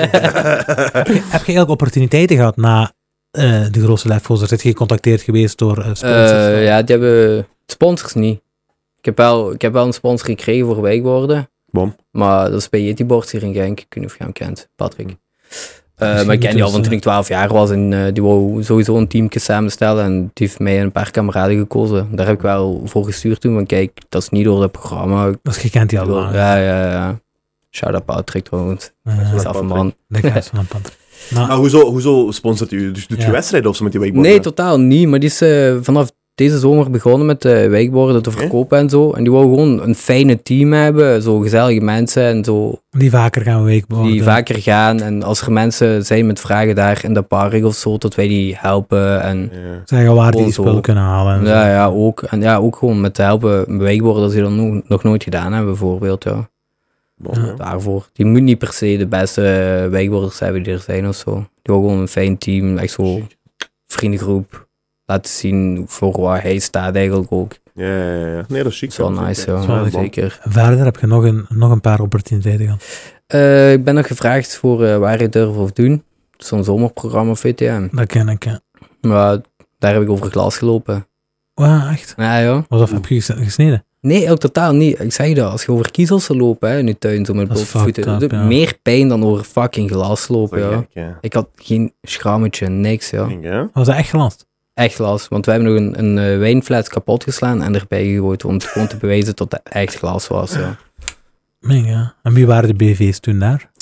Heb je eigenlijk opportuniteiten gehad na de grootste lefgozer? Zit je gecontacteerd geweest door sponsors? Ja, die hebben sponsors niet. Ik heb wel een sponsor gekregen voor wakeboarden. Bom. Maar dat is bij Yeti Boards hier in Genk. Ik weet niet of je hem kent, Patrick. Maar ik ken die dus, al van toen ik 12 jaar was en die wou sowieso een teamje samenstellen en die heeft mij en een paar kameraden gekozen. Daar heb ik wel voor gestuurd toen, van kijk, dat is niet door het programma. Dus je kent die al lang. Ja. Shout-out Patrick trouwens. Dat is af een man. De kans van een pand. Maar hoezo sponsort u? Dus doet je Ja. wedstrijden of zo met die wakeboarden? Nee, totaal niet. Maar die is vanaf deze zomer begonnen met wakeboarden te verkopen en zo. En die wou gewoon een fijne team hebben. Zo gezellige mensen en zo. Die vaker gaan wakeboarden. Die vaker gaan. En als er mensen zijn met vragen daar in de park of zo, dat wij die helpen. En Ja. Zeggen waar die Gewoon spullen zo. kunnen halen. En zo. ja, ook. En ja, ook gewoon met te helpen met wakeboarden dat ze dat nog nooit gedaan hebben, bijvoorbeeld. Ja. Bom, ja. Daarvoor. Die moet niet per se de beste wakeboarders hebben die er zijn of zo. Die wil gewoon een fijn team. Echt zo vriendengroep. Laten zien voor waar hij staat eigenlijk ook. Ja. Nee, dat is chic. Dat is wel nice, Dat is wel ja. leuk. Zeker. Verder heb je nog een paar opportuniteiten gehad. Ik ben nog gevraagd voor waar je durft of doen. Zo'n zomerprogramma VTM. Dat ken ik. Ja. Maar daar heb ik over glas gelopen. Wow, echt? Ja, joh. Wat heb je gesneden? Nee, ook totaal niet. Ik zeg je dat, als je over kiezels zou lopen hè, in je tuin, zo met Dat is blote voeten, fucked dat up, doet ja. meer pijn dan over fucking glas lopen, ja. Ja. Ik had geen schrammetje, niks, ja. Ja. Was dat echt gelast? Echt glas, want we hebben nog een wijnfles kapot geslaan en erbij gegooid, om het gewoon te bewijzen dat het echt glas was, ja. Meng, ja. En wie waren de BV's toen daar?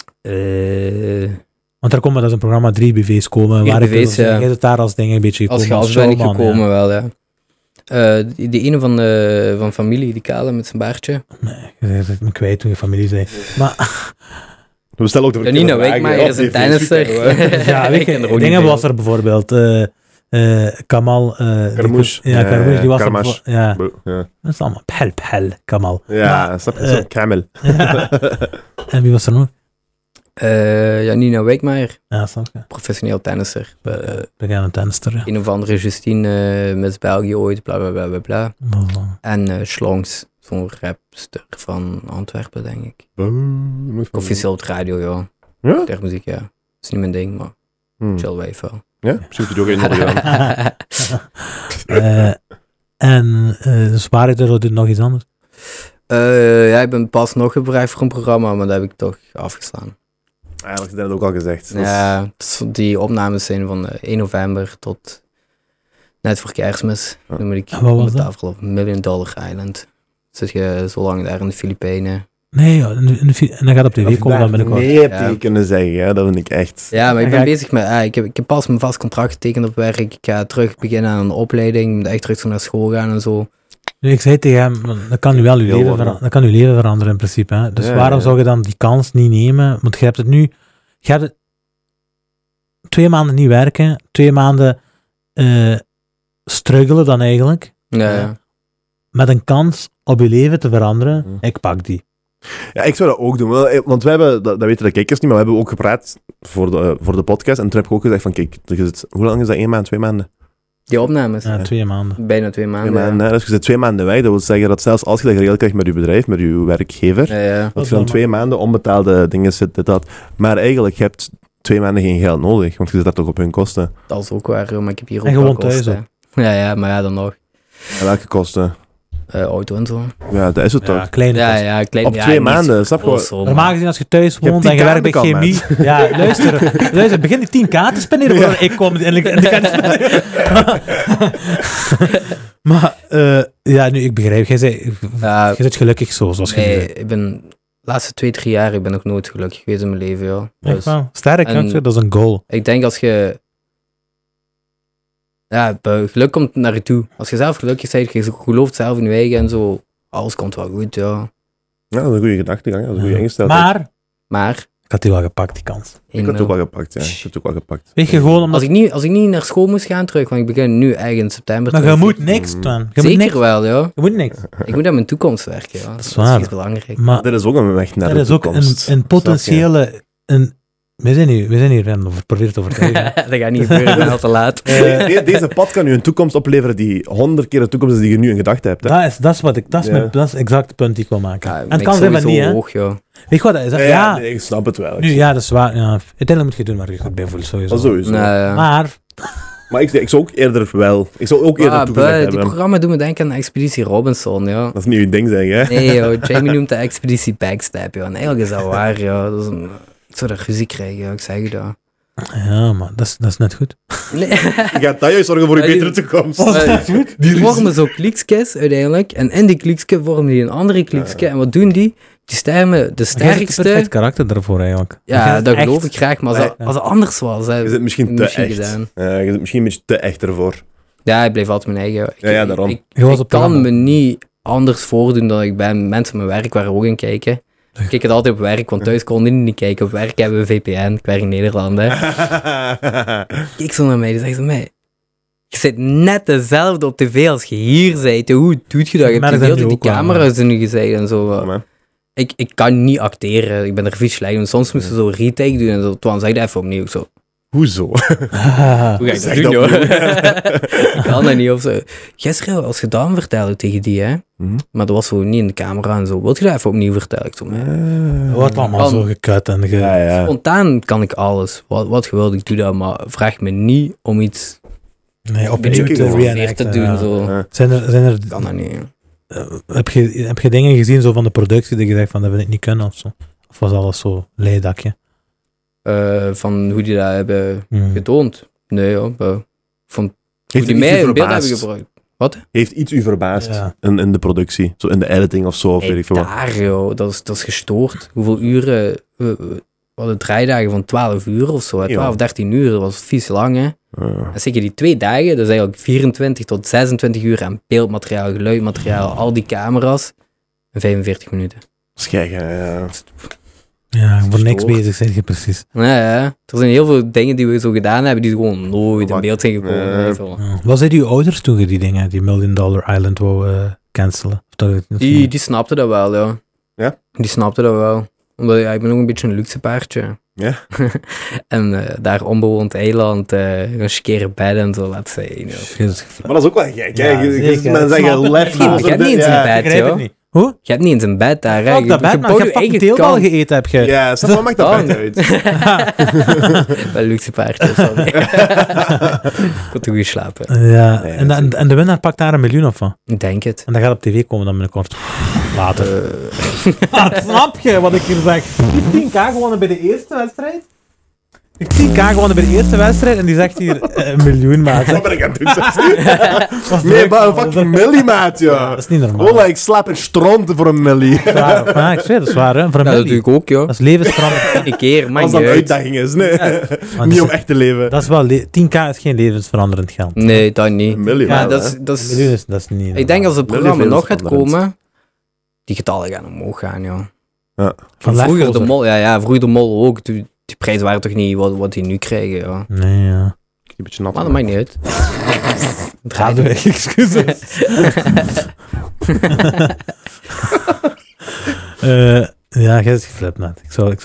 Want daar komen, dat is een programma, 3 BV's komen. 3 waar ik BV's, wil ja. zeggen, jij zit daar als ding een beetje Als gekomen. gast ben ik showman, gekomen ja. wel, ja. Die ene van familie, die kale met zijn baardje. Nee, je zit me kwijt toen je familie zei. Maar We stellen ook de Janina verkeerde Wijkmaier vragen, is ja, een op die tennisser. Facebook, hè. ja, weet Ik ken er je, ook dingen niet was er bijvoorbeeld. Kamal. Karmouche. Ja, Karmouche, die was er. Karmash. Ja, Ja, dat is allemaal Pell, Kamal. ja snap je? Zo'n camel. Ja. En wie was er nog? Nina Wijkmeijer, Ja, snap je. professioneel tennisser. Bekende tennister, ja. Een of andere Justine, Miss België ooit, bla bla bla bla bla. Dat is wel- En Schlongs, zo'n rapster van Antwerpen, denk ik. Nooit van- Officieel op de radio, ja. Ja? Ter muziek, ja. Dat is niet mijn ding, maar chill wijf wel. Ja? Misschien moet je het ook uitnodigen. Dus waar doet het nog iets anders? Ik ben pas nog gevraagd voor een programma, maar dat heb ik toch afgeslaan. Eigenlijk is dat ook al gezegd. Dat is- Ja, die opnames zijn van 1 november tot net voor Kerstmis. Ja. Dan moet ik En wat was op de dat? tafel op $1 Million Island. Zit je zo lang daar in de Filipijnen. Nee, ja, en dan gaat op tv komen dan binnenkort. Nee, heb Ja. je kunnen zeggen. Ja, dat vind ik echt... Ja, maar ik En ben ga ik- bezig met... ik heb pas mijn vast contract getekend op werk. Ik ga terug beginnen aan een opleiding. Ik moet echt terug zo naar school gaan en zo. Nu, ik zei tegen hem, dat kan nu wel Heel worden. dat kan uw leven veranderen in principe. Hè? Dus Ja, waarom ja. zou je dan die kans niet nemen? Want je hebt het nu... Je hebt het 2 maanden niet werken, 2 maanden struggelen dan eigenlijk, Ja. met een kans op je leven te veranderen. Mhm. Ik pak die. Ja, ik zou dat ook doen. Want we hebben, dat weten de kijkers niet, maar we hebben ook gepraat voor de podcast. En toen heb ik ook gezegd van, kijk, hoe lang is dat? 1 maand, 2 maanden? Die opnames. Ja, 2 maanden. Bijna 2 maanden. 2 maanden, hè. Dus je zit 2 maanden weg. Dat wil zeggen dat zelfs als je dat geregeld krijgt met je bedrijf, met je werkgever, Ja. dat je dan 2 maanden onbetaalde dingen zit, dat. Maar eigenlijk, je hebt 2 maanden geen geld nodig, want je zit daar toch op hun kosten. Dat is ook waar, maar ik heb hier ook En wel gewoon thuis kosten. Ja, maar ja, dan nog. En welke kosten? Auto en zo. Ja, dat is het Ja, toch. kleine kosten. Ja, klein. Op 2 maanden, snap je? Normaal gezien als je thuis hebt woont en je 10K werkt bij bekend, chemie. Ja, luister, begin ik 10K te spenderen voordat ik kom en ik ga niet spenderen. Maar, nu, ik begrijp, jij zit gelukkig zo, zoals je Nee, zei. ik ben de laatste 2-3 jaar, ik ben nog nooit gelukkig geweest in mijn leven, ja. Echt Dus wel. Sterk, en- hè? Dat is een goal. ik denk als je... Ja, geluk komt naar je toe. Als je zelf gelukkig bent, je gelooft zelf in je eigen en zo, alles komt wel goed, ja. Ja, dat is een goede gedachtegang, dat is een goede ingesteldheid. Maar, Maar, ik had die wel gepakt, die kans. Ik had het ook wel gepakt, ja. Ik heb het ook wel gepakt. Weet je, gewoon omdat... als ik niet naar school moest gaan terug, want ik begin nu eigenlijk in september. Maar je terug. moet niks, man. Je moet Zeker niks. wel, ja. Je moet niks. Ik moet aan mijn toekomst werken, ja. Dat is waar. iets belangrijk. Maar Dat is ook een weg naar er de is ook toekomst. een potentiële... We zijn hier aan het proberen te overtuigen. Dat gaat niet gebeuren, ik ben al te laat. Deze pad kan u een toekomst opleveren die 100 keer de toekomst is die je nu in gedachte hebt. Hè? Dat is exact het punt die ik wil maken. Ja, en het kan zijn van niet, hè. hoog, ja. Weet je wat dat is? Ja, nee, ik snap het wel. Nu, ja, dat is waar. Ja. Uiteindelijk moet je doen waar je goed bij voelt, sowieso. Dat sowieso. Nee, ja. Maar, ik zou ook eerder wel... Ik zou ook eerder toegezegd die hebben. programma doen me denken aan Expeditie Robinson, ja. Dat is niet uw ding, zeg hè? Nee, joh, Jamie noemt de Expeditie Backstab, joh. En eigenlijk is dat waar, joh. Dat is ik zou daar ruzie krijgen, joh. Ik zeg je dat. ja, maar dat is net goed. Nee. Je gaat dat juist zorgen voor een Ja, betere toekomst. Die vormen zo kliekjes uiteindelijk. En in die kliekjes vormen die een andere kliekje. En wat doen die? Die stemmen de Maar jij hebt een sterkste... perfect karakter daarvoor, eigenlijk. Ja, dat Echt. geloof ik graag. Maar als het anders was, hè, Je zit misschien te echt. gedaan. Je zit misschien een beetje te echt ervoor. Ja, ik blijf altijd mijn eigen. Ja, daarom. Ik Je was op kan programma. me niet anders voordoen dan ik ben. Mensen op mijn werk waren ook aan het kijken. Ik keek het altijd op werk, want thuis konden die niet kijken. Op werk hebben we VPN. Ik werk in Nederland, hè. Kijk zo naar mij, die zegt zo mij. Je zit net dezelfde op tv als je hier bent. Hoe doet je dat? Je hebt Maar de dat hele nu tijd ook die wel, camera's in je gezegd en zo. Ja, man. Ik kan niet acteren. Ik ben er vies slecht in. Soms moesten ze zo retake doen en zo. Toen zei ik even opnieuw. Ik zo, Hoezo? hoe ga ik dat Zeg doen, dat joh? opnieuw. Ik kan dat niet. Of zo. Gisteren, als je dan vertelde tegen die, hè. Mhm. Maar dat was zo niet in de camera en zo. Wilt je dat even opnieuw vertellen? Ik zo, Het wordt allemaal zo gekut en Ja, ja. spontaan kan ik alles. Wat je wilt, ik doe dat. Maar vraag me niet om iets Nee, een opnieuw beetje ik te ook geforceerd te reenacten. doen. Ja. Zo. Ja. Zijn er Kan dat niet. heb je dingen gezien zo van de productie dat je zegt van dat wil ik niet kunnen of zo? Of was alles zo leidakje? Van hoe die dat hebben Hmm. getoond. Nee, joh. Van hoe Heeft die u iets mij u in beeld hebben verbaasd? gebruikt. Wat? Heeft iets u verbaasd Ja. in de productie? Zo in de editing of zo? Of weet ik veel wat? Daar, joh. Dat is gestoord. Hoeveel uren... We hadden draaidagen van 12 uur of zo. Hè. 12, 13 uur. Dat was vies lang, hè. Ja. En zeker die 2 dagen, dat is eigenlijk 24 tot 26 uur aan beeldmateriaal, geluidmateriaal, al die camera's. En 45 minuten. Dat is gek, hè, ja. Ja, voor niks Gestoord. bezig zeg je precies. Ja. Er zijn heel veel dingen die we zo gedaan hebben, die gewoon nooit in beeld zijn gekomen. Ja. Zo. Ja. Wat zeiden uw ouders toen je die dingen, die $1 Million Island wou cancelen? Of dat, Die snapten dat wel, ja. Ja? Die snapten dat wel. Omdat ik ben ook een beetje een luxe paardje. Ja. En daar onbewoond eiland, een skere bed en zo, laat zeggen. Maar dat is ook wel gek, hè? Ja, zeker. Men zeggen Snap het. left. Je hebt niet eens een bed, Begrijp ik joh. niet. Hoe? Je hebt niet eens een bed daar, hè. Fuck dat bed, man. Je hebt fucking teelbal gegeten, heb je. Ja, snap wat maakt dat bed uit? Bij luxe paardjes. Ik had toen geslapen. Ja, Nee, en de winnaar pakt daar 1 miljoen of wat? Ik denk het. En dat gaat op tv komen dan binnenkort. Later. Snap je wat ik hier zeg? Ik heb 10k gewonnen bij de eerste wedstrijd. Ik heb 10k gewonnen bij de eerste wedstrijd en die zegt hier 1 miljoen, maat. Wat ben ik aan het doen? Wat Nee, leuk, maar een man. fucking millie, maat, Ja, ja. dat is niet normaal. Wallah, ik slaap in stront voor een millie. Zwaar, maar ik zweer, dat is waar, hè. Voor een Ja, dat milli. doe ik ook, joh. Dat is levensveranderend. Een keer, maar Als dat een uitdaging is, nee. Niet om echt te leven. Dat is wel 10k is geen levensveranderend geld. Nee, dat niet. Een millie, Ja, wel, dat hè. is... Een miljoen is, dat is niet Ik denk als het Millie programma is nog gaat levensveranderend. komen, die getallen gaan omhoog gaan, joh. Ja. Van Vroeger de Lefgozer. mol, ja, vroeger de mol ook. Die prijzen waren toch niet wat die nu krijgen, ja. Nee, ja. Een beetje nat. Maar dat maakt niet uit. Ga door, excuses. Ja, jij is geflipt net.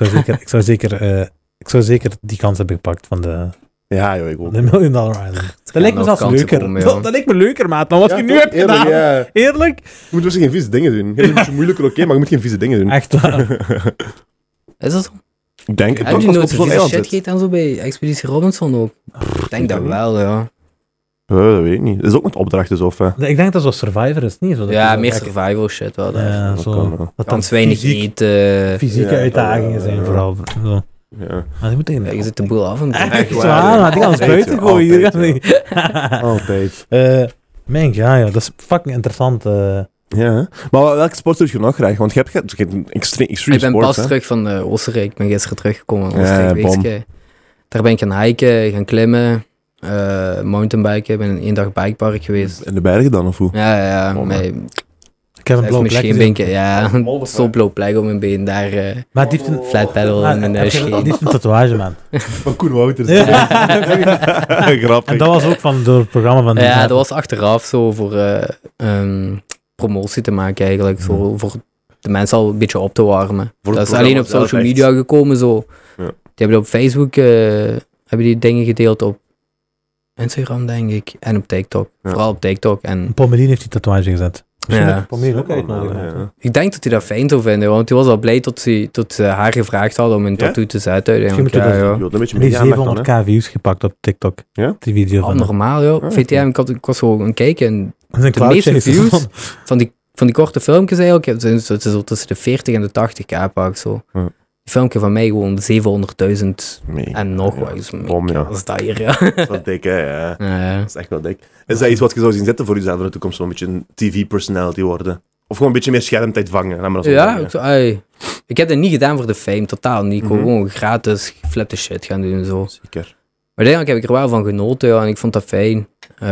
Ik zou zeker die kans hebben gepakt van de Ja, joh, ik ook. $1 Million Island. Dat lijkt me nog zelfs kansen leuker. komen, ja. Dat lijkt me leuker, maat, dan wat Ja, je nu toch? hebt Eerlijk, gedaan. ja. Eerlijk? Je moet dus geen vieze dingen doen. Het is een beetje moeilijker, oké, maar je moet geen vieze dingen doen. Echt waar. Is dat zo? Ik denk het Heb je toch, als nooit je op zo'n zo'n eiland shit zit. gegeten en zo bij Expeditie Robinson ook? Ik denk dat wel, ja. Dat weet ik niet. Dat is ook met opdrachten zo, of... Ik denk dat zo Survivor is, niet? Zo dat Ja, je zo meer lekker- survival shit wel. Ja, Dat zo. kan wel. Dat dan Kans weinig eten. fysieke Ja, uitdagingen zijn ja. vooral. Zo. Ja. Maar die moet Ja, je zit de boel af en toe. Echt waar, waar, ja. maar die gaan ons Altijd, buiten ja, gooien. Hier altijd, gaan die- Altijd. Mijn ja, dat is fucking interessant. Ja, hè. Maar welke sport doe je nog graag? Want je hebt extreme Ik ben sports, pas hè? terug van Oostenrijk. Ik ben gisteren teruggekomen van Ja, Oostenrijk. bom. weekje. Daar ben ik gaan hiken, gaan klimmen, mountainbiken. Ik ben in 1 dag bikepark geweest. In de bergen dan, of hoe? Ja, Oh, met Ik heb een blauwe plek gezien. scheenbeenken. Ja, zo'n blauw plek op mijn been. Daar Maar die heeft een, flat pedal maar, in mijn die scheen. heeft een tatoeage, man. Van Koen Wouters. Ja. Grappig. En dat was ook van door het programma van... Ja, dat was achteraf zo voor promotie te maken eigenlijk. Zo, voor de mensen al een beetje op te warmen. Voor het Dat is programma alleen op zelf social echt. media gekomen zo. Ja. Die hebben op Facebook hebben die dingen gedeeld op Instagram, denk ik. En op TikTok. Ja. Vooral op TikTok. En Pommelien heeft die tatoeage gezet. Misschien Ja. moet ik Pommelien ook uitnodigen. Ja. ik denk dat hij dat fijn zou vinden, want hij was al blij tot ze haar gevraagd hadden om een Ja? tattoo te zetten. Misschien Ja, moeten we ja. Je wilt een beetje Die meer aandacht dan, 700k views gepakt op TikTok. Ja? Die video Oh, van... normaal, joh. Ah, VTM, ik was zo aan kijken en Dat is een de meeste cloud chase. views van die korte filmpjes eigenlijk, het is zo tussen de 40 en de 80k pak zo. Ja. Die filmpje van mij gewoon 700.000 Nee. en nog Ja, wat. Dus bom, ja. Wat is dat hier, ja. Dat is wel dik, hè? Ja. Ja. Dat is echt wel dik. Is dat iets wat je zou zien zitten voor jezelf in de toekomst? Zo'n beetje een TV-personality worden? Of gewoon een beetje meer schermtijd vangen? Laat maar dat zo Ja, zeggen. ik, zo, ai. Ik heb dat niet gedaan voor de fame, totaal niet. Ik wou Mhm. gewoon gratis geflipte shit gaan doen en zo. Zeker. Maar uiteindelijk heb ik er wel van genoten, ja, en ik vond dat fijn.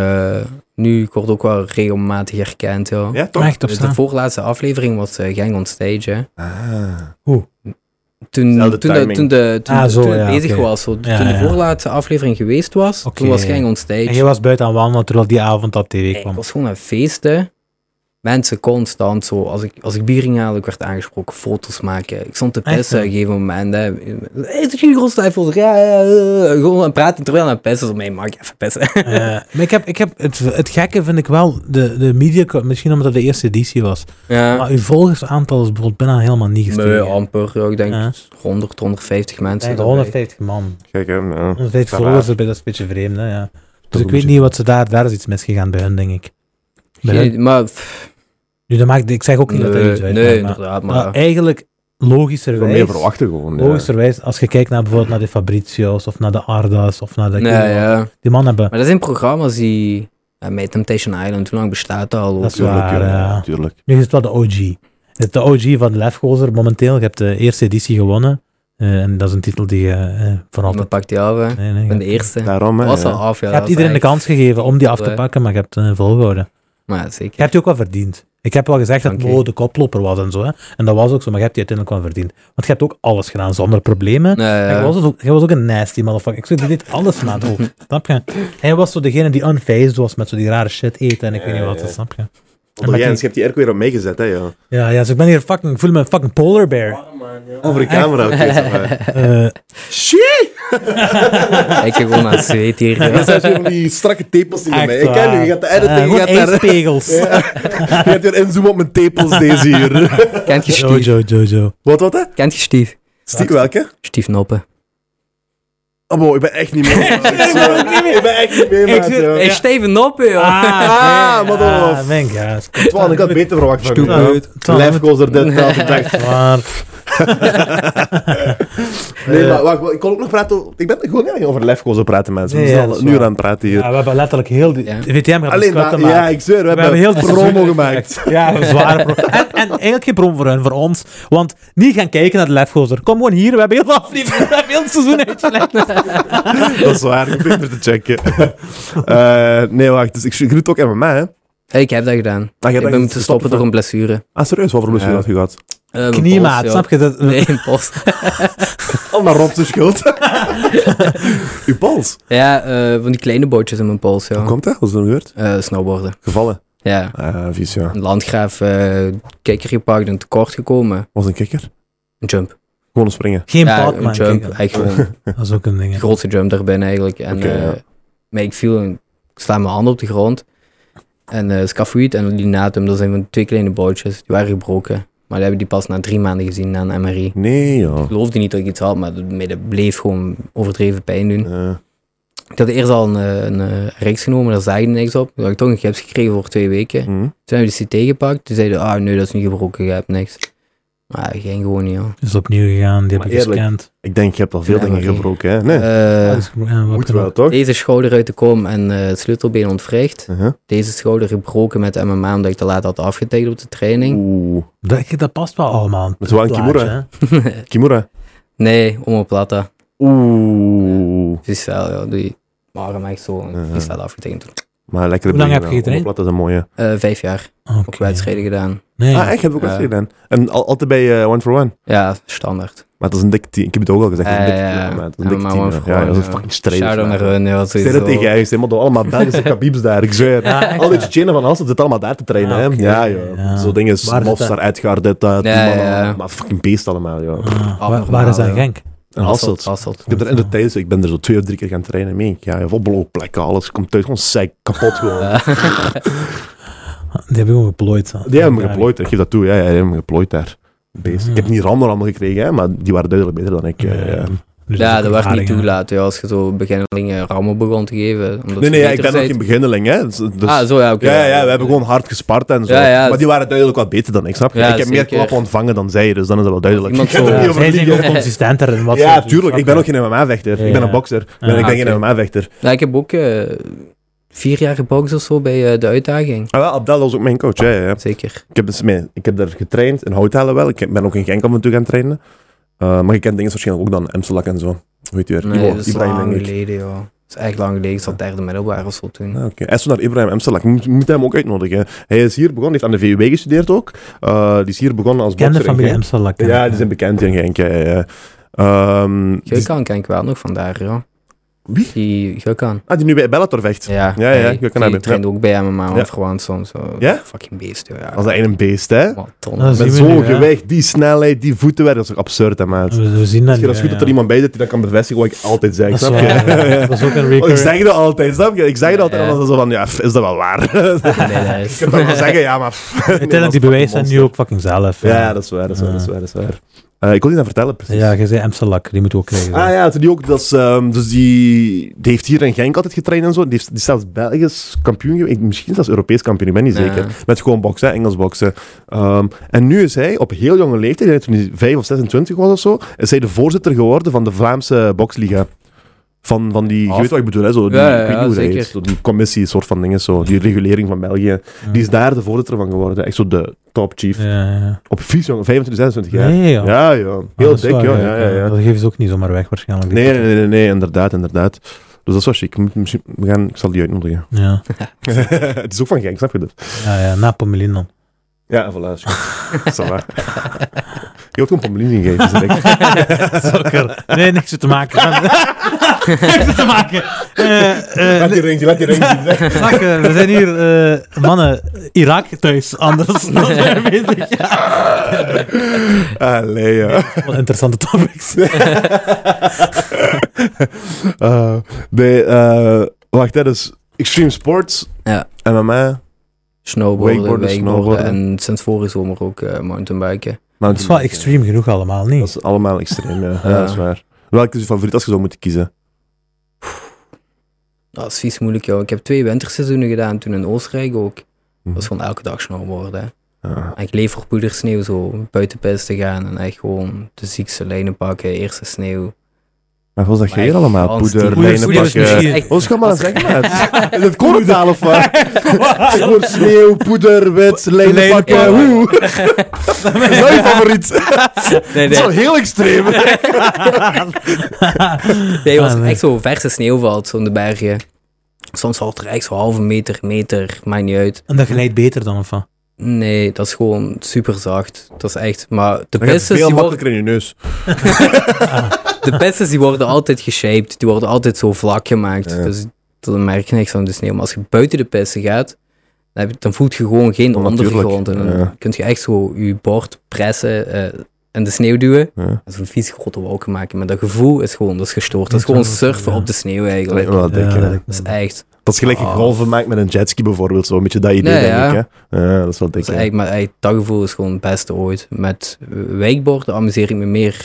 Nu, ik word ook wel regelmatig herkend, ja. Ja, toch? Echt op De staan. voorlaatste aflevering was Gang on Stage, hè. Ah. Toen Zelfde timing. Zo, toen het ja, bezig oké. was, zo, Ja, toen de ja. voorlaatste aflevering geweest was, Oké. toen was Gang on Stage. En je was buiten aan wandelen terwijl die avond op tv Ik kwam. was gewoon aan feesten. Mensen constant zo, als ik bier ging halen, ik werd aangesproken, foto's maken. Ik stond te Echt, pissen op hè? een gegeven moment. Hey, is je grondstijfel? Ja, gewoon aan praten terwijl aan het pissen. Zo, mag ik even pissen? Maar ik heb het gekke vind ik wel, de media, misschien omdat het de eerste editie was, Ja, maar uw volgersaantal is bijvoorbeeld bijna helemaal niet gestegen. nee, amper. Ja, ik denk Ja. 100, 150 Ik mensen. denk erbij. 150 man. Kijk, hè. Ja. 150 Ça va. volgers erbij, dat is een beetje vreemd, hè, ja. Dus een ik weet beetje- niet wat ze daar is iets misgegaan bij hun, denk ik. Bij hun. Geen- Maar, pff, Nu, ik zeg ook niet dat er nee, iets uit nee, maar inderdaad. maar Maar, eigenlijk Ik wil logischerwijs, meer verwachten gewoon. Ja. logischerwijs, als je kijkt naar bijvoorbeeld naar de Fabrizio's of naar de Arda's of naar de nee, ja. die man hebben, Maar dat zijn programma's die... met Temptation Island, hoe lang bestaat dat al? ook? Dat is Tuurlijk, waar, ja. ja. Tuurlijk. nu is het wel de OG. Het is de OG van Lefgozer momenteel. Je hebt de eerste editie gewonnen. En dat is een titel die je vooral... Iemand pakt die af, hè. Nee, Ik ben de eerste. Daarom, hè. Was ja. al af, ja. je dat hebt was iedereen de echt- kans gegeven om die af te Ja. pakken, maar je hebt volgehouden. Maar ja, Je zeker. hebt die ook wel verdiend. Ik heb wel gezegd dat Dank je. Mo de koploper was en zo. Hè. En dat was ook zo, maar je hebt die uiteindelijk wel verdiend. Want je hebt ook alles gedaan zonder problemen. Nee, En jij was ook een nasty motherfucker. Ik zei, die deed alles, maat. Ook. Snap je? Hij was zo degene die unfazed was met zo die rare shit eten en ik weet niet wat. Ja. Snap je? Oh, Jens, je hebt die airco weer op mij gezet, hè, ja. Ja, dus ik ben hier fucking... Ik voel me een fucking polar bear. Over de camera, oké. Shit! Ik heb gewoon aan het zweet hier. Je zet weer van die strakke tepels tegen mij. Ik ken je gaat de editen, je Gewoon gaat daar... ijspegels. Ja. Je gaat weer inzoomen op mijn tepels deze hier. Kent je Stief? Jojo. Wat, hè? Kent je Stief? Stiek welke? Stief Noppen. Oh, bro, ik ben echt niet mee. Ik ben echt niet mee, maat, joh. Hey, Steven Noppen, joh. Maar dan... Denk ja. Twan, ik had beter verwacht van Stoep. u. Lijfgozer dit, dat. Ik dacht... Maar... Nee, maar wacht, ik kon ook nog praten... Ik ben gewoon niet over Lefkozen praten, mensen. We Nee, zijn ja, al dat een is uur waar. aan het praten hier. Ja, we hebben letterlijk heel... De VTM gaat Alleen een maar, maken. ja, ik zweer, we hebben heel de promo seizoen gemaakt. Ja, een zware promo. En eigenlijk geen promo voor hun, voor ons. Want niet gaan kijken naar de Lefgozer. Kom gewoon hier, we hebben heel de aflevering, we hebben heel het seizoen uitgelegd. Dat is waar, ik probeer te checken. Nee, wacht, dus ik doe het ook MMA, hè? Hey, ik heb dat gedaan. je hebt Ik dat ben moeten stoppen door van- een blessure. Ah, serieus? Wat voor blessure had je gehad? Mijn Kniemaat, pols, snap je dat? Nee, een pols. Al naar Rob zijn schuld. Uw pols? Ja, van die kleine bootjes in mijn pols, ja. Hoe komt dat? Wat is er gebeurd? Snowboarden. Gevallen? Ja. Vies, ja. Een landgraaf kikker gepakt en tekort gekomen. Was een kikker? Een jump. Gewoon een springen. Geen Ja, pad, een man. jump. Kijk, Eigenlijk gewoon dat is ook een ding. de hè. grootste jump daarbinnen eigenlijk. En Oké, ja. maar ik viel en ik sla mijn hand op de grond. En scafoïd en linatum, dat zijn van 2 kleine bootjes. Die waren gebroken. Maar die hebben die pas na 3 maanden gezien na een MRI. Nee, ja. Ik geloofde niet dat ik iets had, maar dat bleef gewoon overdreven pijn doen. Ja. Ik had eerst al een reeks genomen, daar zag je niks op. Toen had ik toch een gips gekregen voor 2 weken. Toen Hm. hebben we de CT gepakt. Die zeiden, nee, dat is niet gebroken, je hebt niks. Maar dat ging gewoon niet, joh. Is opnieuw gegaan, die Maar heb je eerlijk, gescand. Ik denk, je hebt al veel Ja, dingen maar gebroken, hè? Nee. Eh, Ja, wat Moet er wel, ook. toch? Deze schouder uit de kom en het sleutelbeen ontwricht. Uh-huh. Deze schouder gebroken met de MMA omdat ik te laat had afgetekend op de training. Oeh. Dat past wel allemaal. Met wel een plaatje, Kimura. hè. Kimura. Nee, omoplata. Oeh. Freestyle, ja. Die waren echt zo Uh-huh. freestyle afgetekend. Maar lekker. Hoe lang heb je getraind? Dat is een mooie. 5 jaar. Oké. Ook wedstrijden gedaan. Nee. Ah, echt? Heb ik ook Ja. wedstrijden gedaan. En altijd bij One for One. Ja, standaard. Maar dat is een dikke team. Ik heb het ook al gezegd. Dat is een dikke Ja, team. Maar dat is een ja, dikke maar team. One Ja, for ja, One, dat is een ja. fucking strijd. Shout-out naar hun, ja. Ik zeg het tegen jij, helemaal door allemaal Belgische kabibs daar, ik zweer. Ja, echt. Al die Tsjetsjenen van Hasselt zitten allemaal daar te trainen, hè. Ah, oké. Ja, joh. Ja. Zo dingen, Waar Mofs zit daar, Uitgaard, dit, dat, die Ja, mannen, ja. maar fucking beest allemaal, joh. Waar is dat in Genk? En Hasselt. Hasselt. Ik heb er in de tijd, ik ben er zo 2 of 3 keer gaan trainen, meen ik. Ja, vol blauwplekken, alles. Komt thuis gewoon zeik kapot gewoon. Die hebben gewoon geplooid. Die hebben me geplooid, ik geef dat toe, ja, die hebben me geplooid daar. Beest. Ik heb niet rammen allemaal gekregen, hè, maar die waren duidelijk beter dan ik. Dus Ja, ook dat werd niet ervaring, hè. toegelaten, ja, als je zo beginnelingen rammen begon te geven. Omdat Nee, ze ja, ik beter ben nog zijn. geen beginneling, hè. Dus, Ah, zo ja, oké. ja, we hebben gewoon hard gespart en zo. Ja, ja. Maar die waren duidelijk wat beter dan ik, snap je? Ja, ik heb meer zeker. klappen ontvangen dan zij, dus dan is dat wel duidelijk. Iemand Ik heb zo- er niet Ja, over zij zijn liegen. ook consistenter in wat Ja, ze doen, tuurlijk. Ik ben ook snap geen MMA-vechter. Ja, Ik ben een ja. bokser. Ik ben oké. geen MMA-vechter. Ja, ik heb ook 4 jaar gebokst of zo bij de uitdaging. Ah, wel, Abdel was ook mijn coach, ja. Zeker. Ik heb daar getraind in Houthalen wel. Ik ben ook in Genk af en toe gaan trainen. Maar je kent dingen waarschijnlijk ook dan, Emselak en zo. Hoe heet je weer? Nee, Ivo, dat is Ibrahim, lang denk ik. geleden, joh. Dat is echt lang geleden. Ik zat derde middelbaar of zo toen. Ah, oké. Hij is zo naar Ibrahim Emselak. Je moet hem ook uitnodigen. Hij is hier begonnen, heeft aan de VUB gestudeerd ook. Die is hier begonnen als ik. Ken de bokser in familie Genk. Emselak. Ja, die zijn bekend in Genk. Ja. Die- Geukan ken ik wel nog vandaar, ja. Wie? Die Geukan. die nu bij Bellator vecht. Ja, Ja, hey, Geukan die hebben. traint ook bij MMA Ja. of gewoon soms. Zo. Ja? Fucking beest, joh. Ja. Dat is eigenlijk een beest, hè? Wat ton. Dat is- Met zien we zo'n nu, hè. gewicht, die snelheid, die voetenwerk, dat is ook absurd, hè, maat. We zien dat Misschien nu, is goed ja, dat er iemand bij zit die dat kan bevestigen wat ik altijd zeg, Dat is snap je? waar, ja. Dat is ook een Oh, ik recurring. zeg dat altijd, snap je? Ik zeg dat altijd, Ja. en dan is het zo van, ja, is dat wel waar? Nee, dat Ik is... kan dat wel zeggen, ja, maar... Uiteindelijk, die bewijzen zijn nu ook fucking zelf. Ja, dat is waar, dat is waar, dat is waar, dat is waar. Ik wil niet aan vertellen, precies. Ja, je zei Emselak, die moet ook krijgen. Ah ja, die ook, dat is, dus die heeft hier in Genk altijd getraind en zo. Die is zelfs Belgisch kampioen geweest, misschien zelfs Europees kampioen, ik ben niet Ja. zeker. Met gewoon boksen, hè, Engels boksen. En nu is hij op heel jonge leeftijd, toen hij 5 of 26 was of zo, is hij de voorzitter geworden van de Vlaamse boksliga. Van die, je weet wat ik bedoel, hè, zo, die, Ja, ik weet niet ja, hoe dat zeker. heet, zo die commissie, soort van dingen, zo, die regulering van België. Die is daar de voorzitter van geworden, echt zo de top chief. Ja. Op vies, jongen, 25, 26 jaar. Nee, joh. Ja, ja. Ah, Heel dat is dik, waar, joh. Ja. Dat geven ze ook niet zomaar weg, waarschijnlijk. Nee, inderdaad. Dus dat is wel chic. Ik zal die uitnodigen. Ja, Het is ook van Genk, snap je dat? ja, na Pommelien dan. Ja, voilà. Ça va. Je Je hebt ook een pommelien gegeven, zeg ik. Sokker. Nee, niks te maken. Niks te maken. Laat die ring zien. Zeg. We zijn hier, mannen, Irak thuis, anders. Allee, ja. Wat interessante topics. Wacht, dat is extreme sports. Ja. MMA. Snowboarden, Wakeboarden, snowboarden. en sinds vorige zomer ook mountainbiken. Dat is wel extreem genoeg allemaal, niet? Dat is allemaal extreem, ja. Ja, dat is waar. Welke is je favoriet als je zou moeten kiezen? Dat is vies moeilijk, joh. Ik heb 2 winterseizoenen gedaan, toen in Oostenrijk ook. Dat was gewoon elke dag snowboarden. Ja. En ik leef voor poedersneeuw, zo buiten pist te gaan en echt gewoon de ziekste lijnen pakken, eerste sneeuw. Maar wat zeg jij hier allemaal? Poeder, Poeder is lijnen misschien- pakken. Wat ga maar zeggen, maat? Is het korentaal of wat? Gewoon sneeuw, poeder, wit, lijnen pakken. Woe. Dat is mijn favoriet. Nee, Dat is wel heel extreem. Nee, als er echt zo verse sneeuw valt, zo in de bergen. Soms valt er echt zo halve meter, maakt niet uit. En dat glijdt beter dan, of wat? Nee, dat is gewoon super zacht. Dat is echt, maar de Dat gaat pistes veel die worden, makkelijker in je neus. de pistes die worden altijd geshaped, die worden altijd zo vlak gemaakt. Ja. Dus dan merk je niks van de sneeuw. Maar als je buiten de piste gaat, dan voelt je gewoon geen Natuurlijk, ondergrond. En dan ja. kun je echt zo je bord pressen en de sneeuw duwen. Ja. En zo'n vies grote wolken maken. Maar dat gevoel is gewoon, dat is gestoord. Dat is gewoon surfen op de sneeuw eigenlijk. Ja, dat denk ik, hè. Dat is echt. Dat is gelijk je golven maakt met een jetski bijvoorbeeld. Zo een beetje dat idee, Nee, denk ja. ik. Hè? Ja, dat is wel dik. Dat is hè. eigenlijk, maar eigenlijk, dat gevoel is gewoon het beste ooit. Met wakeboarden amuseer ik me meer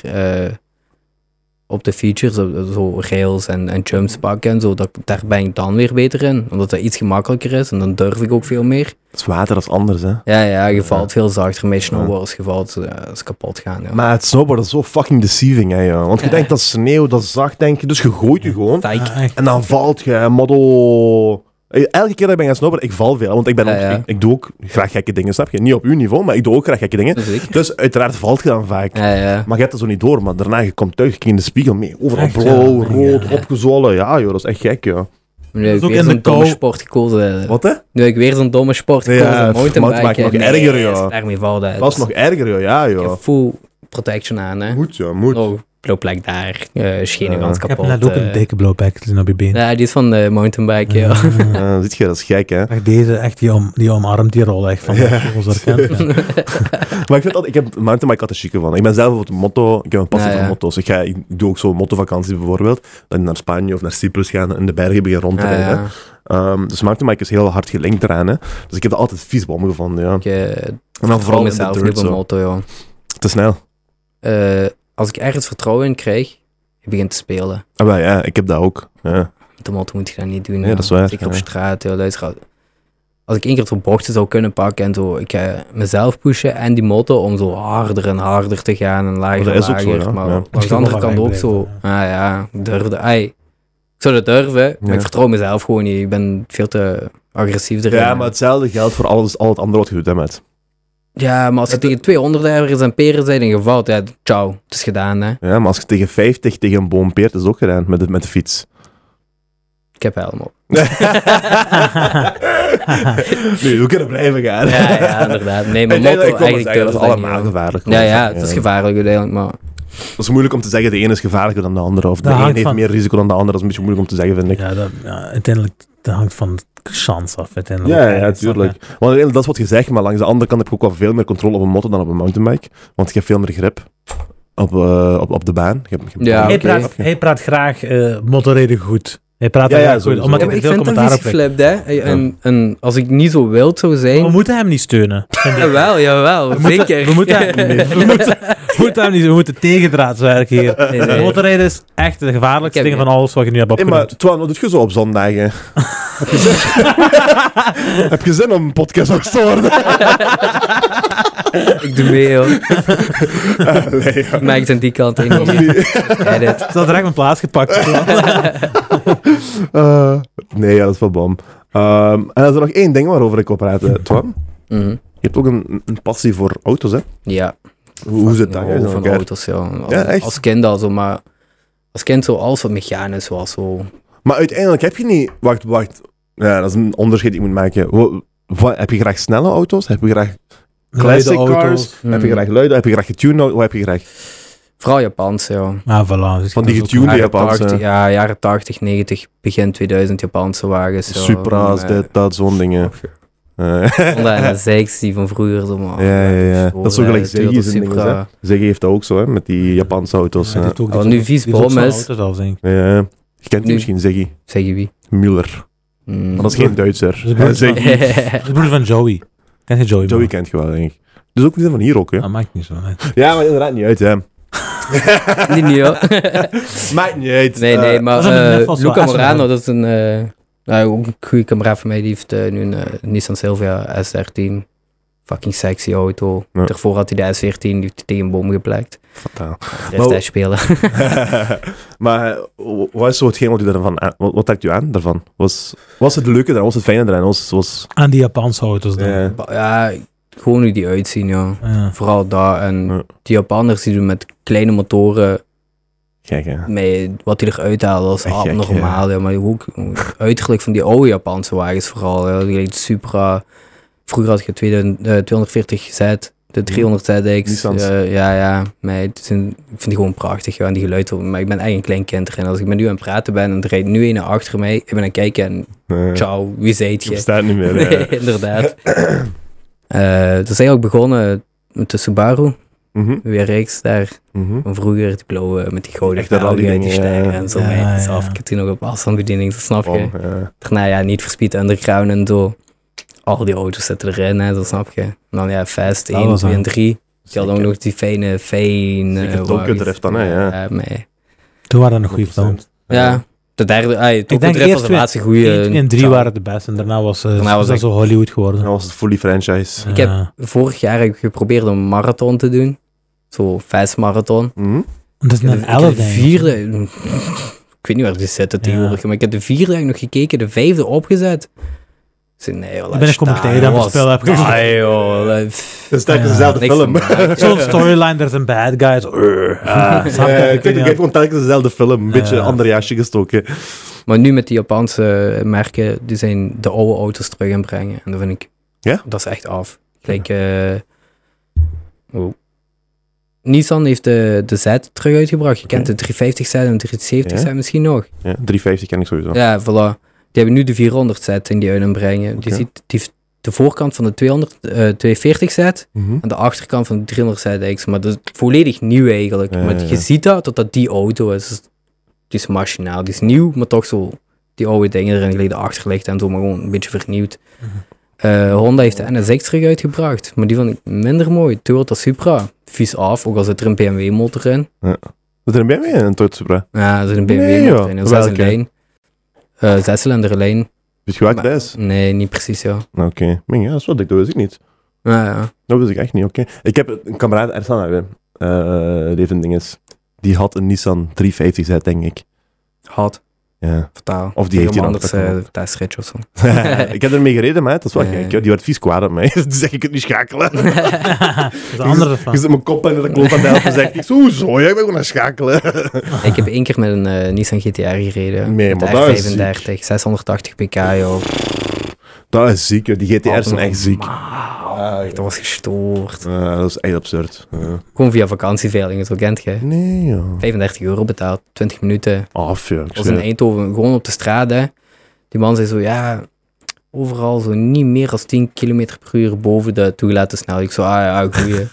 op de features, zo rails en jumps pakken en zo. Daar ben ik dan weer beter in, omdat dat iets gemakkelijker is en dan durf ik ook veel meer. Het is water, dat is anders, hè. Ja, je valt veel zachter. Met snowboard als je valt, dat is kapot gaan. Ja. Maar het snowboarden is zo fucking deceiving, hè, joh. Want je denkt dat is sneeuw, dat is zacht, denk je. Dus je gooit je gewoon. Fake. Ja, echt. En dan valt je, model... Elke keer dat ik ben gaan snowboarden, ik val veel. Want ik ben ook, Ja. ik doe ook graag gekke dingen, snap je? Niet op uw niveau, maar ik doe ook graag gekke dingen. Zeker. Dus uiteraard valt je dan vaak. Ja. Maar je hebt dat zo niet door. Maar daarna, je komt thuis, je kijkt in de spiegel mee. Overal Echt, blauw, ja. rood, Ja. opgezwollen. Ja, joh, dat is echt gek, joh. Nu heb ik ook weer in de zo'n domme kou. sport gekozen. Wat, hè? Nu heb ik weer zo'n domme sport gekozen, Ja, mountainbiken. mountainbiken nog erger, joh. Als ik daarmee val, Dat is nog erger, joh. Ja, Ik joh. heb full protection aan, hè. Moet, ja, moet. Oh, blauwplek daar, schenen gans Ik heb kapot. net ook een dikke blauwplek gezien op je been. Ja, die is van de mountainbike, ja. Ja, ziet je, dat is gek, hè. Echt deze, echt die omarmt die rol echt van ons herkent. Ja. Maar ik vind dat, ik heb mountainbike altijd chique van. Ik ben zelf op de motto, ik heb een passie Ja, ja. voor motto's. Ik doe ook zo mottovakanties bijvoorbeeld. Dan naar Spanje of naar Cyprus gaan en in de bergen beginnen rond te rijden. Dus mountainbike is heel hard gelinkt eraan, hè. Dus ik heb dat altijd vies bom gevonden, ja. En dan vooral in de mezelf dirt, niet op een zo. motto, ja. Te snel. Als ik ergens vertrouwen in krijg, ik begin te spelen. Ah, wel, ja, ik heb dat ook. Ja. Met de motto moet je dat niet doen. Nee, ja. dat is waar, Zeker op ja. straat, ja, luister. Als ik één keer zo'n bochten zou kunnen pakken en zo, ik ga mezelf pushen en die motto om zo harder en harder te gaan en lager Dat en is ook zo, lager. ja. Maar Ja. aan de andere kant ook zo, ik durfde, ik zou dat durven, maar Ja. ik vertrouw mezelf gewoon niet. Ik ben veel te agressief erin. Ja, maar hetzelfde geldt voor al het andere wat je doet, hè, met. Ja, maar als je tegen 200 ergens en peren bent en gevalt, ja, ciao, het is gedaan, hè. Ja, maar als je tegen 50 tegen een boom peert, is het ook gedaan met de fiets. Ik heb helm op. Nee, we kunnen blijven gaan. Ja, inderdaad. Nee, maar Ik motto wil maar eigenlijk zeggen, dat is durf ik allemaal niet, gevaarlijk. Ja, het is gevaarlijk uiteindelijk, maar... Dat is moeilijk om te zeggen, de ene is gevaarlijker dan de andere. Of de Dat ene hangt heeft van- meer risico dan de andere. Dat is een beetje moeilijk om te zeggen, vind ik. Uiteindelijk dat hangt van de chance af. Uiteindelijk. Ja, tuurlijk. Want uiteindelijk, dat is wat je zegt, maar langs de andere kant heb je ook wel veel meer controle op een motor dan op een mountainbike. Want je hebt veel meer grip op de baan. Je hebt Ja, oké. Hij praat graag motorrijden goed. Hij praat Ja, er ja, graag goed, sowieso. omdat Ja, ik maar er ik veel vind hem commentaar vies op krijg. geflipt, hè. En als ik niet zo wild zou zijn... We moeten hem niet steunen. vind ik. Jawel, zeker. We moeten tegendraads werken hier. Nee. Motorrijden is echt de gevaarlijkste Ik heb- ding van alles wat je nu hebt Hey, maar opgenoemd. Twan, wat doe je zo op zondagen? Heb je zin om een podcast op te worden? Ik doe mee, hoor. Nee, ja. Maak het aan die kant in. Of niet? Edit. Ik zal direct mijn plaats gepakt. Nee, ja, dat is wel bom. En er is er nog één ding waarover ik wil praten, Twan. Mhm. Je hebt ook een passie voor auto's, hè? Ja. Hoe zit dat? Ik juist hou in van elkaar? auto's, ja. Ja, echt? Als kind al zo, maar... Als kind zo alles wat mechanisch was, zo... Maar uiteindelijk heb je niet... Wacht. Ja, dat is een onderscheid die je moet maken. Heb je graag snelle auto's? Heb je graag classic Luide cars? auto's. Heb je graag luide? Heb je graag getuned? Wat heb je graag? Vooral Japanse, ja. Ah, voilà. Dus Van die dat is ook getunede Jaren Japanse. 80, ja, jaren 80, 90, begin 2000 Japanse wagens. Ja. Supra's, dat zo'n dingen. Honda en de ZX die van vroeger. Zo, maar, Ja. Dat is zo gelijk Toyota Zeggy's en dingen, hè. Zeggy heeft dat ook zo, hè, met die Japanse auto's. Ja, die heeft ook Wat die nu zo'n- vies die heeft ook bom zo'n is- auto zelfs, denk ik. Ja. Je kent die Nu- misschien, Zeggy. Zeg je wie? Müller. Maar dat is geen Duitser. Dat is broer- Zeggy. Dat is de broer van Joey. Ken je Joey? Joey kent je wel, denk ik. Dus ook niet van hier ook, hè. Dat maakt niet zo. Nee. Ja, maar inderdaad niet uit, hè. Niet nieuw. Maakt niet uit. Nee, maar dat is een nef als Luca wel, als Morano, wel. dat is ook een goede kameraad van mij. Die heeft nu een Nissan Silvia S13. Fucking sexy auto. Ja. Daarvoor had hij de S14, die heeft hij tegen een boom geplakt. Fataal. De rest hij spelen. Maar wat is zo hetgeen wat u daarvan wat trekt u aan daarvan? Was het leuke eraan? Was het fijne eraan? Was Aan die Japanse auto's dan. ja. Ja, gewoon hoe die uitzien, ja. Ja. Vooral daar. En Ja. die Japanners die doen met kleine motoren, Gek, hè? met wat die eruit halen, dat is Echt gek, abnormaal. Ja. Maar ook uiterlijk van die oude Japanse wagens vooral. Ja. Die lijkt Supra. Vroeger had je 240 Z, de 300 ZX. Nissans. Ja. Maar ik vind die gewoon prachtig. Ja. En die geluiden. Maar ik ben eigenlijk een klein kind erin. Als ik met nu aan het praten ben en er rijdt nu een achter mij. Ik ben aan het kijken en ciao, wie zijt Je je? bestaat niet meer. Nee, inderdaad. Het is eigenlijk begonnen met de Subaru. Mhm, WRX daar mhm. van vroeger, die blauwe met die gouden Echt dat velgen en die rally-ding, sterren ja. en zo. Ja, Ja, ja. af. Ik heb toen nog op afstandsbediening, dat snap je. Om, ja. Daarna ja, niet for Speed Underground en zo. Al die auto's zitten erin, hè, dat snap je. En dan ja, Fast Dat 1, was 2 en aan. 3. Je had ook Zeker. nog die fijne Zeker Tokyo wagens. Drift dan, hè, ja. Maar, Toen waren dat nog goede films. ja, de derde, Tokyo denk Drift was eerst de laatste goede. 1 en 3 waren de beste en daarna was dat echt- zo Hollywood geworden. Dan was het fully franchise. Ik heb vorig jaar heb ik geprobeerd om een marathon te doen. Zo, fast marathon. Mhm. Dat is Ik heb een de 11 denk ik. vierde, ik weet niet waar die zitten tegenwoordig, maar ik heb de vierde eigenlijk nog gekeken, de vijfde opgezet. Ik zei, nee, joh, Ik ben een commentaar aan het spel heb gezien. Nee, joh. Dat is telkens Ja. dezelfde Niks film. van maken. Zo'n storyline, er zijn bad guys. Snap je? Ik denk gewoon telkens dezelfde film. Een beetje Ja. een ander jasje gestoken. Maar nu met die Japanse merken, die zijn de oude auto's terug aan het brengen. En dat vind ik, Ja? dat is echt af. Gelijk, Nissan heeft de Z terug uitgebracht. Je kent de 350 Z en de 370 Z Ja. misschien nog. Ja, 350 ken ik sowieso. Ja, voilà. Die hebben nu de 400 Z in die uit aan het brengen. Oké. Je ziet die, de voorkant van de 240 Z Mhm. en de achterkant van de 300 ZX. Maar dat is volledig nieuw eigenlijk. Ja, maar ja, ja. je ziet dat die auto is. Die is machinaal. Die is nieuw, maar toch zo die oude dingen erin geleden achterlicht en zo, maar gewoon een beetje vernieuwd. Honda heeft de NSX terug uitgebracht, maar die vond ik minder mooi. Toyota Supra, vies af, ook al zit er een BMW motor in. Zit er een BMW in, een Toyota Supra? Ja, er zit een BMW Nee, motor joh. in, een Welke? 6-lijn. 6-cilinder lijn. Weet je welke Maar- dat is? Nee, niet precies, ja. Oké. Ming, ja, dat is wat ik, dat wist ik niet. Ja. Dat wist ik echt niet, oké. Ik heb een kameraad, Ersan hebben, die heeft een ding is. Die had een Nissan 350Z, denk ik. Had, Ja. fataal. Of die heeft hij nog, anders dat kan ook. testritje of zo. Ik heb ermee gereden, maar dat is wel Ja. gek. Ja. Die werd vies kwaad op mij. Die zeg ik het niet schakelen. Dat is een andere Je van. zit mijn kop en de kloot aan de helft en zegt ik zo, zo, ja, ik ben gewoon aan het schakelen. Ik heb één keer met een Nissan GTR gereden. Nee, met maar de dat is R35, 680 pk, joh. Dat is ziek, joh. Die GTR's zijn echt ziek. Dat was gestoord. Dat is echt absurd. Ja. Gewoon via vakantieveilingen, zo kent je. Nee, joh. 35 euro betaald, 20 minuten. Af, ja. Dat was in Eindhoven, gewoon op de straat, hè. Die man zei zo, ja, overal zo niet meer dan 10 km per uur boven de toegelaten snelheid. Ik zo, goeie.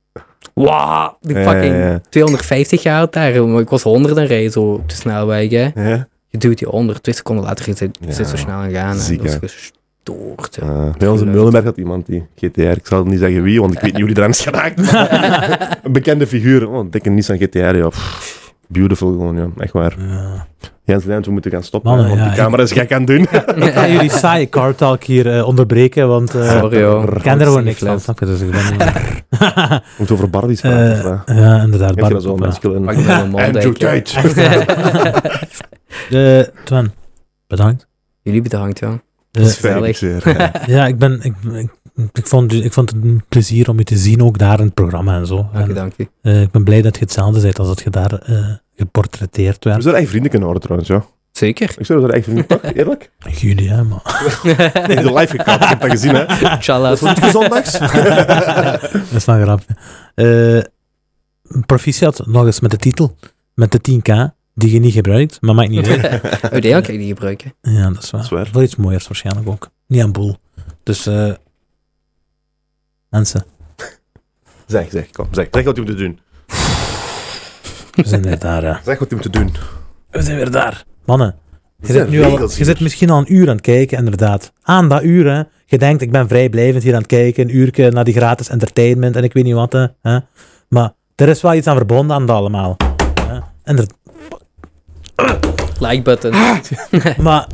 Wauw, die fucking Ja. 250 jaar daar, maar ik was 100 en rijden zo op de snelweg, hè. Ja. Je duwt die onder, 2 seconden later je zit Ja, zo snel aan gaan. ziek, Dat is hè. gestoord, ja. Bij ons in Meulenberg had iemand die GTR. Ik zal niet zeggen wie, want ik weet niet hoe die eraan is geraakt. Een bekende figuur. Oh, dikke Nissan GTR, ja. Pff, beautiful gewoon, ja. Echt waar. Ja. Jens Lent, we moeten gaan stoppen, Mannen, want ja, die camera is gek aan het doen. Ik ga jullie saaie car talk hier onderbreken, want Sorry, joh. ik ken er gewoon niks van. Snap je? Dus ik ben niet... We moeten over Barbies praten. of wat? ja, inderdaad. Heb je dat zo Barbie, masculine? Pak je wel een man, Andrew denk je. Tate. Twan, bedankt. Jullie bedankt, ja. Dat is gezellig. fijn, zeer. Ja, ik vond het een plezier om je te zien, ook daar in het programma en zo. Dank je, En, dank je. ik ben blij dat je hetzelfde bent als dat je daar geportretteerd We werd. zouden echt vrienden kunnen worden trouwens, ja. Zeker. Ik zou dat echt niet pakken, eerlijk. Jullie, hè, maar... Nee, de live gekapt, ik heb dat gezien, hè. Inshallah. Dat is niet gezondags. Dat is wel grappig. Proficiat nog eens met de titel. Met de 10k, die je niet gebruikt, maar maakt niet uit. Uiteindelijk kan je die gebruiken. Ja, dat is waar. Dat is waar. Voor iets mooiers waarschijnlijk ook. Niet aan boel. Dus, mensen, Zeg, kom. Zeg wat je moet doen. we zijn weer daar. Zeg wat je moet doen. We zijn weer daar. Mannen, je zijn zit, nu al, regels je hier. zit misschien al een uur aan het kijken, inderdaad. Aan dat uur, hè. Je denkt, ik ben vrijblijvend hier aan het kijken, een uurtje naar die gratis entertainment en ik weet niet wat, hè. Maar er is wel iets aan verbonden aan dat allemaal. Hè. Like button. Maar,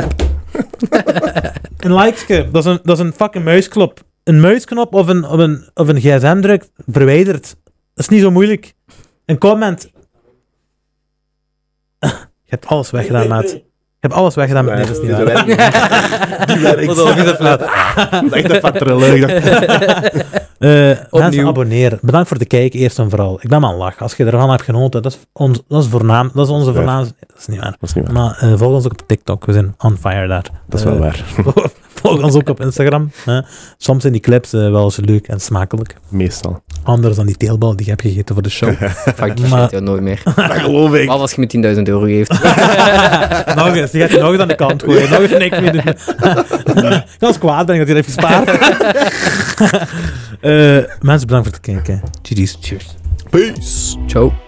een likeske, dat is een fucking muisknop. Een muisknop of een gsm-druk verwijderd. Dat is niet zo moeilijk. Een comment. Je hebt alles weggedaan, maat. Je hebt alles weggedaan, maar nee, dat is niet waar. Die werkt. Wat ook is het flat. Echt een vattere leuk. Mensen abonneren. Bedankt voor het kijken, eerst en vooral. Ik ben maar aan het lachen. Als je ervan hebt genoten, dat is onze voornaamste... Dat is niet waar. Dat is niet waar. Maar volg ons ook op TikTok. We zijn on fire daar. Dat is wel waar. Volg ons ook op Instagram. Soms zijn die clips wel eens leuk en smakelijk. Meestal. Anders dan die teelbal die je hebt gegeten voor de show. Fuck die Maar- shit, ja, nooit meer. Dat geloof ik. Wat als je me 10.000 euro geeft? Nog eens, die gaat je nog eens aan de kant gooien. Nog eens niks meer doen. Ik was kwaad ben ik dat hij heeft gespaard. Mensen, bedankt voor het kijken. GG's. Cheers. Peace. Ciao.